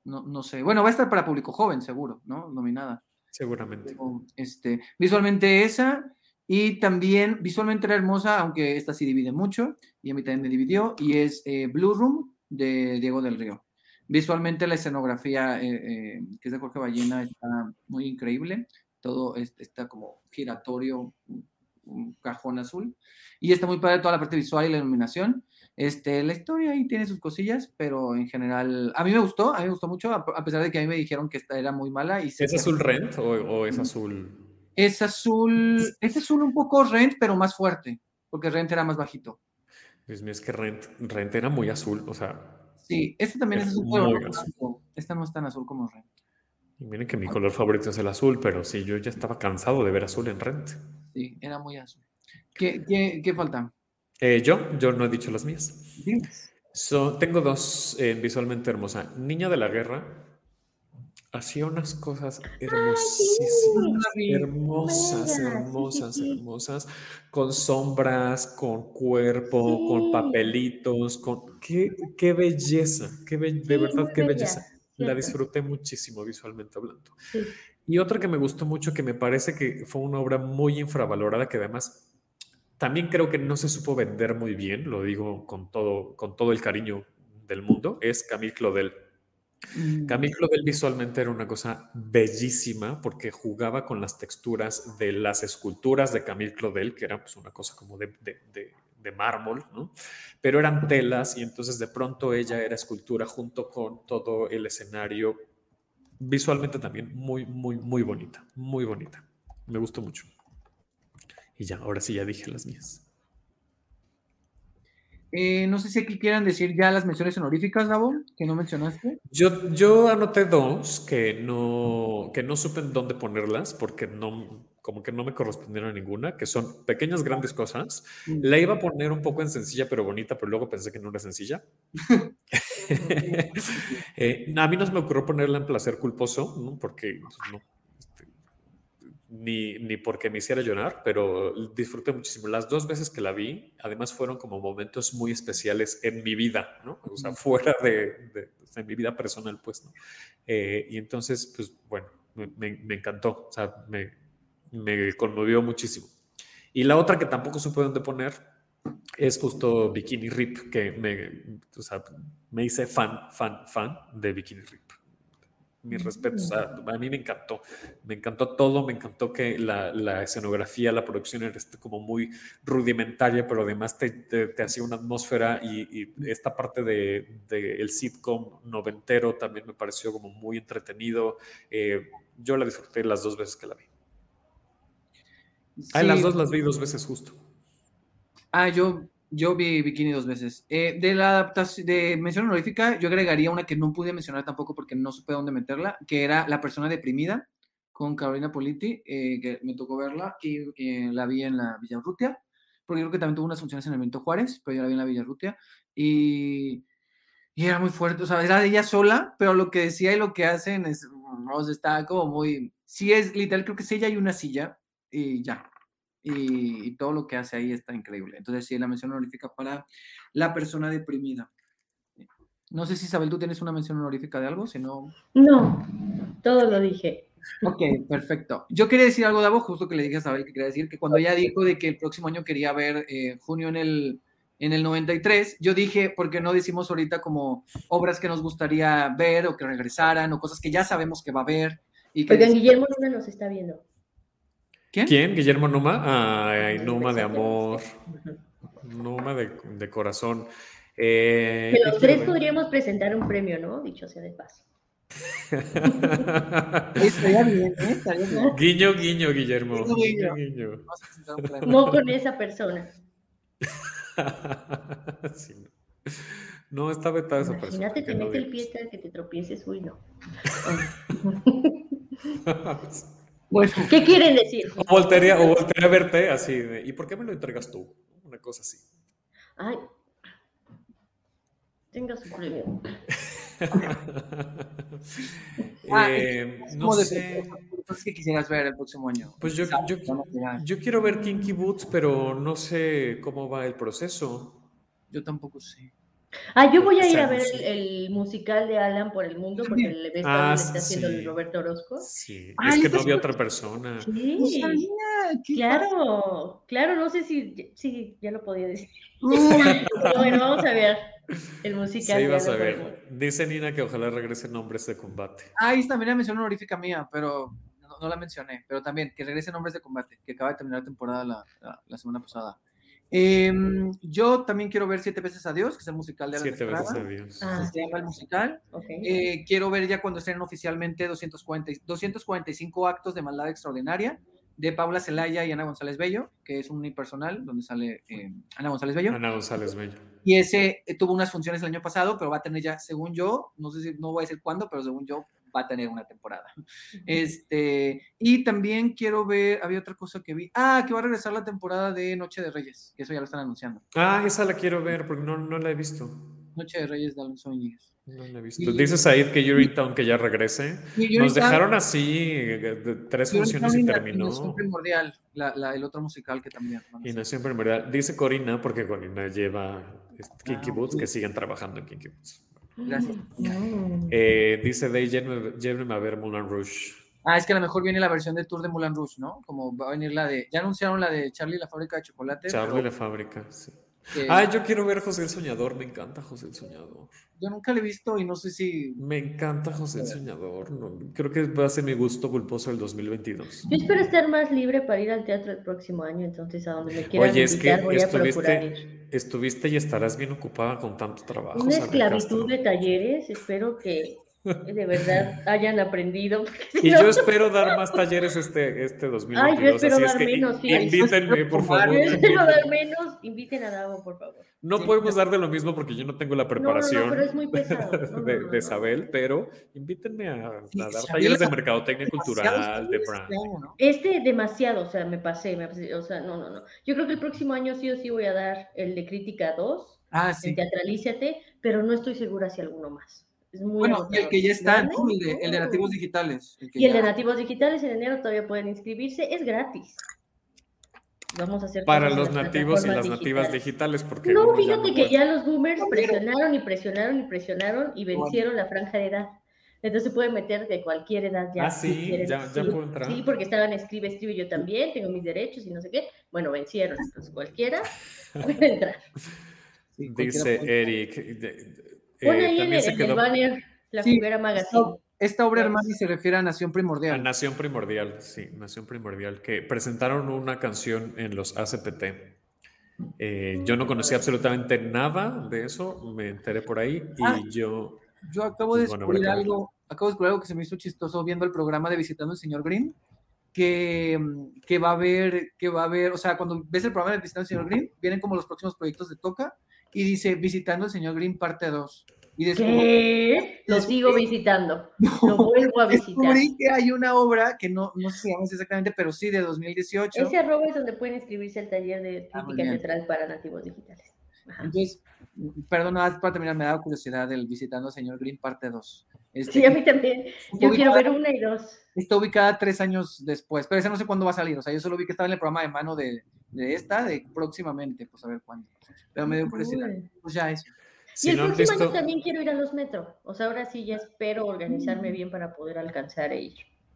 No, no sé. Bueno, va a estar para público joven, seguro, ¿no? Nominada. Seguramente. Este, visualmente esa, y también visualmente era hermosa, aunque esta sí divide mucho, y a mí también me dividió, y es eh, Blue Room de Diego del Río. Visualmente la escenografía, eh, eh, que es de Jorge Ballena, está muy increíble. Todo es, está como giratorio, un, un cajón azul, y está muy padre toda la parte visual y la iluminación. Este, la historia ahí tiene sus cosillas, pero en general, a mí me gustó, a mí me gustó mucho, a, a pesar de que a mí me dijeron que esta era muy mala. Y ¿Es azul Rent o, o es azul? Es azul, es azul un poco Rent, pero más fuerte, porque Rent era más bajito. Dios mío, es que Rent, Rent era muy azul, o sea... Sí, este también es azul, pero no azul. Esta no es tan azul como Rent. Y miren que mi color favorito es el azul, pero sí, yo ya estaba cansado de ver azul en Rent. Sí, era muy azul. ¿Qué, qué, qué falta? Eh, yo, yo no he dicho las mías. ¿Sí? So, tengo dos eh, visualmente hermosas. Niña de la Guerra hacía unas cosas hermosísimas, Ay, sí. hermosas, Venga, hermosas, sí, sí, sí. hermosas, con sombras, con cuerpo, Sí. con papelitos, con qué, qué belleza, qué be... Sí, de verdad qué bella, belleza. cierto. La disfruté muchísimo visualmente hablando. Sí. Y otra que me gustó mucho, que me parece que fue una obra muy infravalorada, que además también creo que no se supo vender muy bien, lo digo con todo, con todo el cariño del mundo, es Camille Claudel. Mm. Camille Claudel visualmente era una cosa bellísima porque jugaba con las texturas de las esculturas de Camille Claudel, que era pues una cosa como de, de, de, de mármol, ¿no? Pero eran telas y entonces de pronto ella era escultura junto con todo el escenario. Visualmente también muy, muy, muy bonita, muy bonita. Me gustó mucho. Y ya, ahora sí ya dije las mías. Eh, no sé si aquí quieran decir ya las menciones honoríficas, Davo, que no mencionaste. Yo, yo anoté dos que no, que no supe en dónde ponerlas porque no, como que no me correspondieron a ninguna, que son pequeñas grandes cosas. Mm. La iba a poner un poco en sencilla pero bonita, pero luego pensé que no era sencilla. eh, a mí no se me ocurrió ponerla en placer culposo, ¿no? Porque pues, no. Ni, ni porque me hiciera llorar, pero disfruté muchísimo. Las dos veces que la vi, además fueron como momentos muy especiales en mi vida, ¿no? O sea, fuera de, de, de mi vida personal, pues, ¿no? Eh, y entonces, pues, bueno, me, me encantó, o sea, me, me conmovió muchísimo. Y la otra que tampoco supe dónde poner es justo Bikini Rip, que me, o sea, me hice fan, fan, fan de Bikini Rip. Mis respetos, a, a mí me encantó, me encantó todo, me encantó que la, la escenografía, la producción era este como muy rudimentaria, pero además te, te, te hacía una atmósfera y, y esta parte de, de el sitcom noventero también me pareció como muy entretenido. Eh, yo la disfruté las dos veces que la vi. Sí. Ah, las dos las vi dos veces justo. Ah, yo... Yo vi Bikini dos veces. Eh, de la adaptación de mención honorífica, yo agregaría una que no pude mencionar tampoco porque no supe dónde meterla, que era La persona deprimida, con Carolina Politi, eh, que me tocó verla y eh, la vi en la Villa Urrutia, porque creo que también tuvo unas funciones en el Benito Juárez, pero yo la vi en la Villa Urrutia, y, y era muy fuerte, o sea, era de ella sola, pero lo que decía y lo que hacen es, o sea, está como muy, sí es literal, creo que es ella y una silla, y ya. Y, y todo lo que hace ahí está increíble. Entonces, sí, la mención honorífica para La persona deprimida. No sé si, Isabel, tú tienes una mención honorífica de algo, si no... No, todo lo dije. Ok, perfecto. Yo quería decir algo de algo, justo que le dije a Isabel que quería decir, que cuando ella dijo de que el próximo año quería ver eh, junio en el, en el noventa y tres, yo dije, ¿por qué no decimos ahorita como obras que nos gustaría ver o que regresaran o cosas que ya sabemos que va a haber? Y que Oigan, Guillermo Luna nos está viendo. ¿Quién? ¿Quién? ¿Guillermo Numa? Ay, Numa de amor. Numa de, de corazón. Eh, que los tres ver. podríamos presentar un premio, ¿no? Dicho sea de paso. Estaría bien, ¿eh? Estaría bien. Guiño, guiño, Guillermo. Guiño, guiño. guiño. No con esa persona. Sí, no. no, está vetada esa persona. Imagínate, te mete el pie hasta que te tropieces, uy, no. Bueno, ¿qué quieren decir? O voltearía, o voltearía a verte así de, ¿y por qué me lo entregas tú? Una cosa así. Ay, tenga su premio. eh, no sé. Cosas que quisieras ver el próximo año. Pues yo, yo, yo quiero ver Kinky Boots, pero no sé cómo va el proceso. Yo tampoco sé. Ah, yo voy a ir a ver el, el musical de Alan por el mundo porque el Ah, vestuario le está sí. haciendo el Roberto Orozco. Sí, Ay, es que esto no había es- otra persona. No Sí, sabía, qué claro, claro, no sé si, sí, ya lo podía decir. Uy, Pero bueno, vamos a ver el musical Sí, de vas a Alan por el mundo. ver. Dice Nina que ojalá regresen Hombres de Combate. Ah, ahí también la mención honorífica mía, pero no, no la mencioné. Pero también, que regresen Hombres de Combate, que acaba de terminar la temporada la, la, la semana pasada. Eh, yo también quiero ver Siete veces Adiós, que es el musical de Alan Siete veces Estrada. adiós. Ah, Se llama el musical. ok. Eh, quiero ver ya cuando estén oficialmente doscientos cuarenta, doscientos cuarenta y cinco actos de Maldad Extraordinaria de Paula Celaya y Ana González Bello, que es un unipersonal donde sale eh, Ana González Bello. Ana González Bello. Y ese eh, tuvo unas funciones el año pasado, pero va a tener ya, según yo, no sé si, no voy a decir cuándo, pero según yo, va a tener una temporada. Este, y también quiero ver, había otra cosa que vi, ah, que va a regresar la temporada de Noche de Reyes, que eso ya lo están anunciando. Ah, esa la quiero ver porque no, no la he visto. Noche de Reyes de Alonso Íñiguez. No la he visto. Y- Dice Said que Urinetown que ya regrese. Y Nos Urinetown- dejaron así eh, de tres funciones y terminó. Nación Primordial, la, la, el otro musical que también. ¿no? Y Nación Primordial. Dice Corina, porque Corina lleva este, Kinky Ah, Boots, sí. que siguen trabajando en Kinky Boots. Gracias. Mm. Eh, dice Day, llévenme, llévenme a ver Moulin Rouge. Ah, es que a lo mejor viene la versión de Tour de Moulin Rouge, ¿no? Como va a venir la de, ya anunciaron la de Charlie y la fábrica de chocolate. Charlie pero la fábrica, sí. que Ah, yo quiero ver José el Soñador. Me encanta José el Soñador. yo nunca la he visto y no sé si... Me encanta José el Soñador. No, creo que va a ser mi gusto culposo del dos mil veintidós. Yo espero estar más libre para ir al teatro el próximo año, entonces a donde me quieran Oye, es que invitar voy a procurar ir. estuviste, estuviste y estarás bien ocupada con tanto trabajo. Una Isabel esclavitud Castro. de talleres, espero que de verdad hayan aprendido. porque si Y no- yo espero dar más talleres este, este dos mil Ay, yo veintidós. espero así es dar que menos, in- fíjate. invítenme, por favor. Yo espero invítenme. dar menos, inviten a Davo, por favor. No Sí. podemos dar de lo mismo porque yo no tengo la No, no, preparación no, pero es muy pesado. No, no, de, no, de no. Isabel, pero invítenme a, a Sí, dar Isabel talleres de ha- mercadotecnia cultural, demasiados de talleres brand. este año, ¿no? Este demasiado, o sea, me pasé, me pasé, o sea, no, no, no. Yo creo que el próximo año sí o sí voy a dar el de Crítica dos, Ah, en sí. Teatralízate, pero no estoy segura si alguno más. Es muy Bueno, y el agotador. que ya está, ¿Vale? ¿no? El de, el de Oh. nativos digitales. El que Y el de ya- Nativos Digitales en enero todavía pueden inscribirse, es gratis. Vamos a hacer Para cosas los en las nativos y las plataformas nativas digitales. digitales, porque No, uno ya fíjate no que puede. ya los boomers presionaron y presionaron y presionaron y Bueno. vencieron la franja de edad. Entonces se puede meter de cualquier edad ya. Ah, si sí, quieren. ya- ya sí, puedo entrar. sí, porque estaban escribe, escribe, yo también, tengo mis derechos y no sé qué. Bueno, vencieron, entonces cualquiera puede entrar. Sí, cualquiera Dice puede- Eric. de- de- Pon eh, ahí en también el, se en el quedó banner la Sí, Fibera Magazine. Esta, esta obra hermana se refiere a Nación a Primordial. Nación Primordial, sí, Nación Primordial, que presentaron una canción en los A C P T. Eh, yo no conocía absolutamente nada de eso, me enteré por ahí y Ah. yo. Yo acabo de Pues bueno, habrá descubrir que ver. algo, acabo de descubrir algo que se me hizo chistoso viendo el programa de Visitando al Señor Green, que, mm, que va a haber, que va a haber, o sea, cuando ves el programa de Visitando al Señor Green, vienen como los próximos proyectos de Toca y dice Visitando al Señor Green parte dos. Y descubrí, ¿Qué? Lo sigo visitando. Lo vuelvo a visitar. descubrí que hay una obra que no, no sé si llama exactamente, pero sí de dos mil dieciocho. Ese arroba es donde pueden inscribirse al taller de Ah, muy crítica bien. teatral para nativos digitales. Ajá. Entonces, perdón, nada más para terminar, me da curiosidad del Visitando al Señor Green parte dos. Este, Sí, a mí también. Yo ubicada- quiero ver una y dos. Está ubicada tres años después, pero esa no sé cuándo va a salir. O sea, yo solo vi que estaba en el programa de mano de, de esta, de próximamente, pues a ver cuándo. Pero me dio curiosidad. Cool. Pues ya eso. Si y el no han próximo visto, año también quiero ir a los metro. O sea, ahora sí ya espero organizarme bien para poder alcanzar e ir.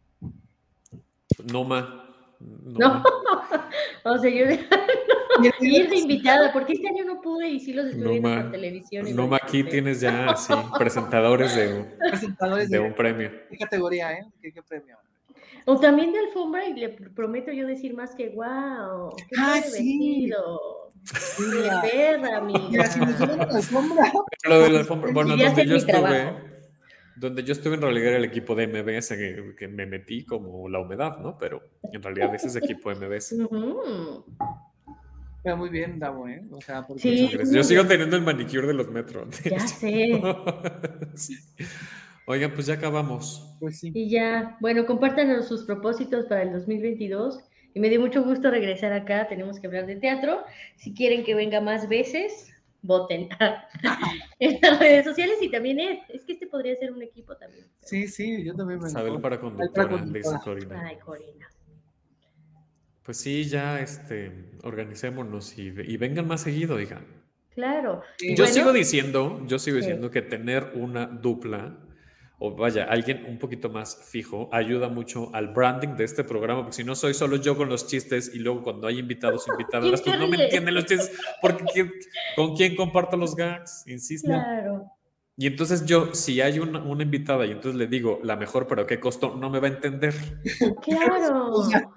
Noma. No, o sea, yo ir de invitada, porque este año no pude y sí los estuve viendo Noma, por televisión. y lo Noma, aquí disfruté. tienes ya así presentadores de, Presentadores de de, un premio. ¿qué categoría, eh? ¿Qué, qué premio? O también de alfombra, y le prometo yo decir más que wow, qué Ah, padre sí. vestido. Mira, Qué perra, amiga. mira, si nos suben a la alfombra. Lo de la alfombra, bueno, Quería donde hacer yo mi estuve, trabajo. donde yo estuve en realidad era el equipo de M B S que, que me metí como la humedad, ¿no? Pero en realidad ese es equipo de M B S. Ujú. Pero muy bien, Davo, ¿eh? O sea, porque Sí. Muchas gracias. Yo sigo teniendo el manicure de los metros. Ya sé. Sí. Oigan, pues ya acabamos. pues sí. Y ya, bueno, compártanos sus propósitos para el dos mil veintidós. Y me dio mucho gusto regresar acá. Tenemos que hablar de teatro. Si quieren que venga más veces, voten en las redes sociales. Y también es, es que este podría ser un equipo también. Sí, sí, yo también me Isabel para Para conductora, conductora. dice Corina. Ay, Corina. Pues sí, ya este, organicémonos y, y vengan más seguido, digan. Claro. Yo bueno, sigo diciendo, yo sigo diciendo sí. que tener una dupla, o vaya, alguien un poquito más fijo, ayuda mucho al branding de este programa, porque si no soy solo yo con los chistes y luego cuando hay invitados, invitadas, pues no me entienden los chistes, porque ¿quién, ¿con quién comparto los gags? Insisto. Claro. Y entonces yo, si hay una, una invitada y entonces le digo la mejor, pero ¿qué costo? No me va a entender. Claro.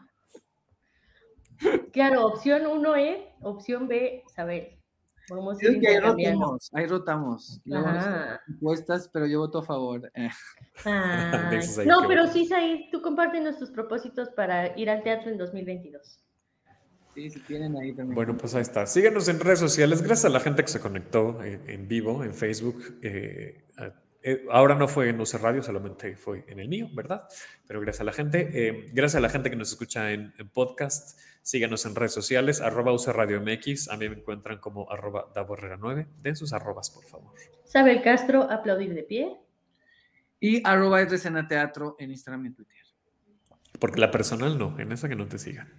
Claro, opción uno es, opción B, saber. Vamos a ir que ahí rotamos, ahí rotamos. Encuestas, pero yo voto a favor. Ah, no, pero sí, Said, tú compártenos tus propósitos para ir al teatro en dos mil veintidós. Sí, si tienen ahí también. Bueno, pues ahí está. Síguenos en redes sociales. Gracias a la gente que se conectó en, en vivo, en Facebook. Eh, eh, ahora no fue en U C Radio, solamente fue en el mío, ¿verdad? Pero gracias a la gente. Eh, gracias a la gente que nos escucha en, en podcast. Síganos en redes sociales, arroba U C Radio M X. A mí me encuentran como arroba Davo Herrera nueve. Den sus arrobas, por favor. Sabel Castro, aplaudir de pie. Y arroba R C N Teatro en Instagram y en Twitter. Porque la personal no, en esa que no te sigan.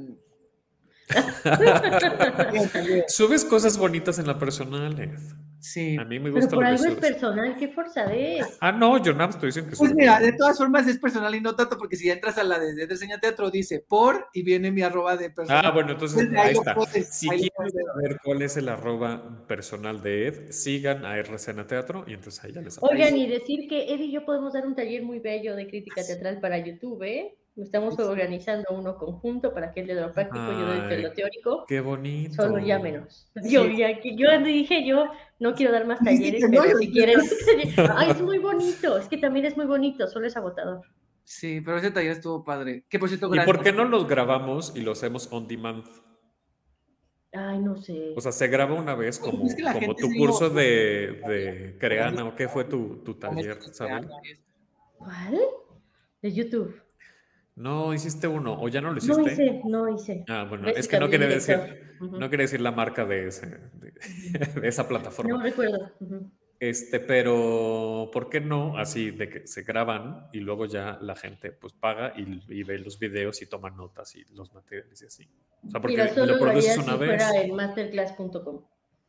Subes cosas bonitas en la personal, Ed. Sí. A mí me gusta pero por lo algo que es subes. personal, qué forzadez. Ah, no, yo nada más estoy diciendo que Pues subes. mira, de todas formas es personal y no tanto, porque si entras a la de, de Reseña Teatro, dice por y viene mi arroba de personal. Ah, bueno, entonces Entonces, ahí ahí está. puedes, Si ahí quieren saber cuál es el arroba personal de Ed, sigan a R C N Teatro y entonces ahí ya les aparece. Oigan, y decir que Ed y yo podemos dar un taller muy bello de crítica teatral para YouTube, ¿eh? Estamos organizando uno conjunto para que él de lo práctico y yo de lo teórico. Qué bonito. Solo llámenos. Yo, Sí. ya, que yo dije, yo no quiero dar más Sí, sí, talleres, que no, pero yo- si quieren. Ay, es muy bonito. Es que también es muy bonito, solo es agotador. Sí, pero ese taller estuvo padre. Que por cierto, ¿Y gracias. por qué no los grabamos y los hacemos on demand? Ay, no sé. O sea, se graba una vez Pues como, es que la como gente tu sí curso lo- de, de Creana, ¿o qué fue tu, tu taller, Isabel? ¿Cuál? De YouTube. No, hiciste uno, o ya no lo No hiciste. hice, no hice. Ah, bueno, Ves es que que no cambié quiere de decir, director. Ujú. no quiere decir la marca de, ese, de, de esa plataforma. No recuerdo. Ujú. Este, pero ¿por qué no? Así de que se graban y luego ya la gente pues paga y, y ve los videos y toma notas y los materiales y así. O sea, porque Mira, solo lo lo haría produces si una vez. fuera en masterclass punto com.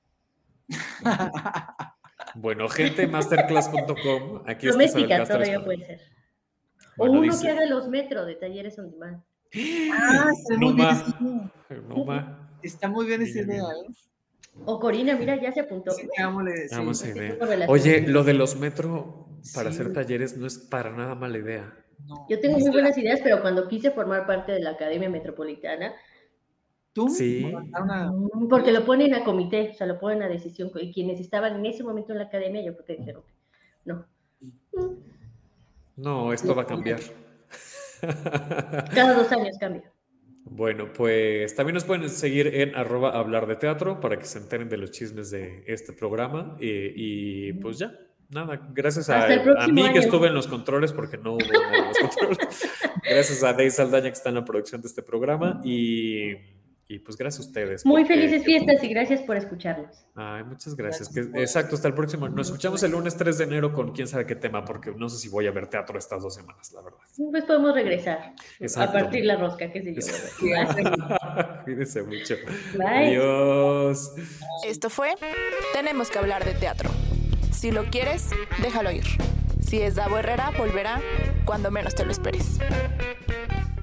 Bueno, gente masterclass punto com. Aquí está Isabel Doméstica Castro. todavía puede ser. Bueno, o uno dice- que haga los metros de talleres on demand. Ah, está No muy bien ma. esa idea. No ma. Está muy bien esa Bien, idea, bien. ¿eh? O Corina, mira, ya se apuntó. Sí, hagámosle, sí. Vamos a Ese ver. tipo de relación. Oye, lo de los metro para Sí. hacer talleres no es para nada mala idea. No. Yo tengo Es muy que la- buenas ideas, pero cuando quise formar parte de la Academia Metropolitana, ¿Tú? Sí. Una- mm, porque lo ponen a comité, o sea, lo ponen a decisión, y quienes estaban en ese momento en la academia, yo creo que dijeron, no. Mm, No, esto va a cambiar. Cada dos años cambia. Bueno, pues también nos pueden seguir en arroba hablar de teatro para que se enteren de los chismes de este programa. eh, y pues ya, nada, gracias a, Hasta el a próximo mí que año. estuve en los controles porque no hubo nadie en los controles. Gracias a Dave Saldaña que está en la producción de este programa y, y pues gracias a ustedes. Muy porque- felices fiestas y gracias por escucharnos. Ay, muchas gracias. Que, exacto, hasta el próximo. Nos escuchamos el lunes tres de enero con quién sabe qué tema, porque no sé si voy a ver teatro estas dos semanas, la verdad. Pues podemos regresar Exacto. a partir la rosca, qué sé yo. Cuídense mucho. Bye. Adiós. Esto fue Tenemos que hablar de teatro. Si lo quieres, déjalo ir. Si es Davo Herrera, volverá cuando menos te lo esperes.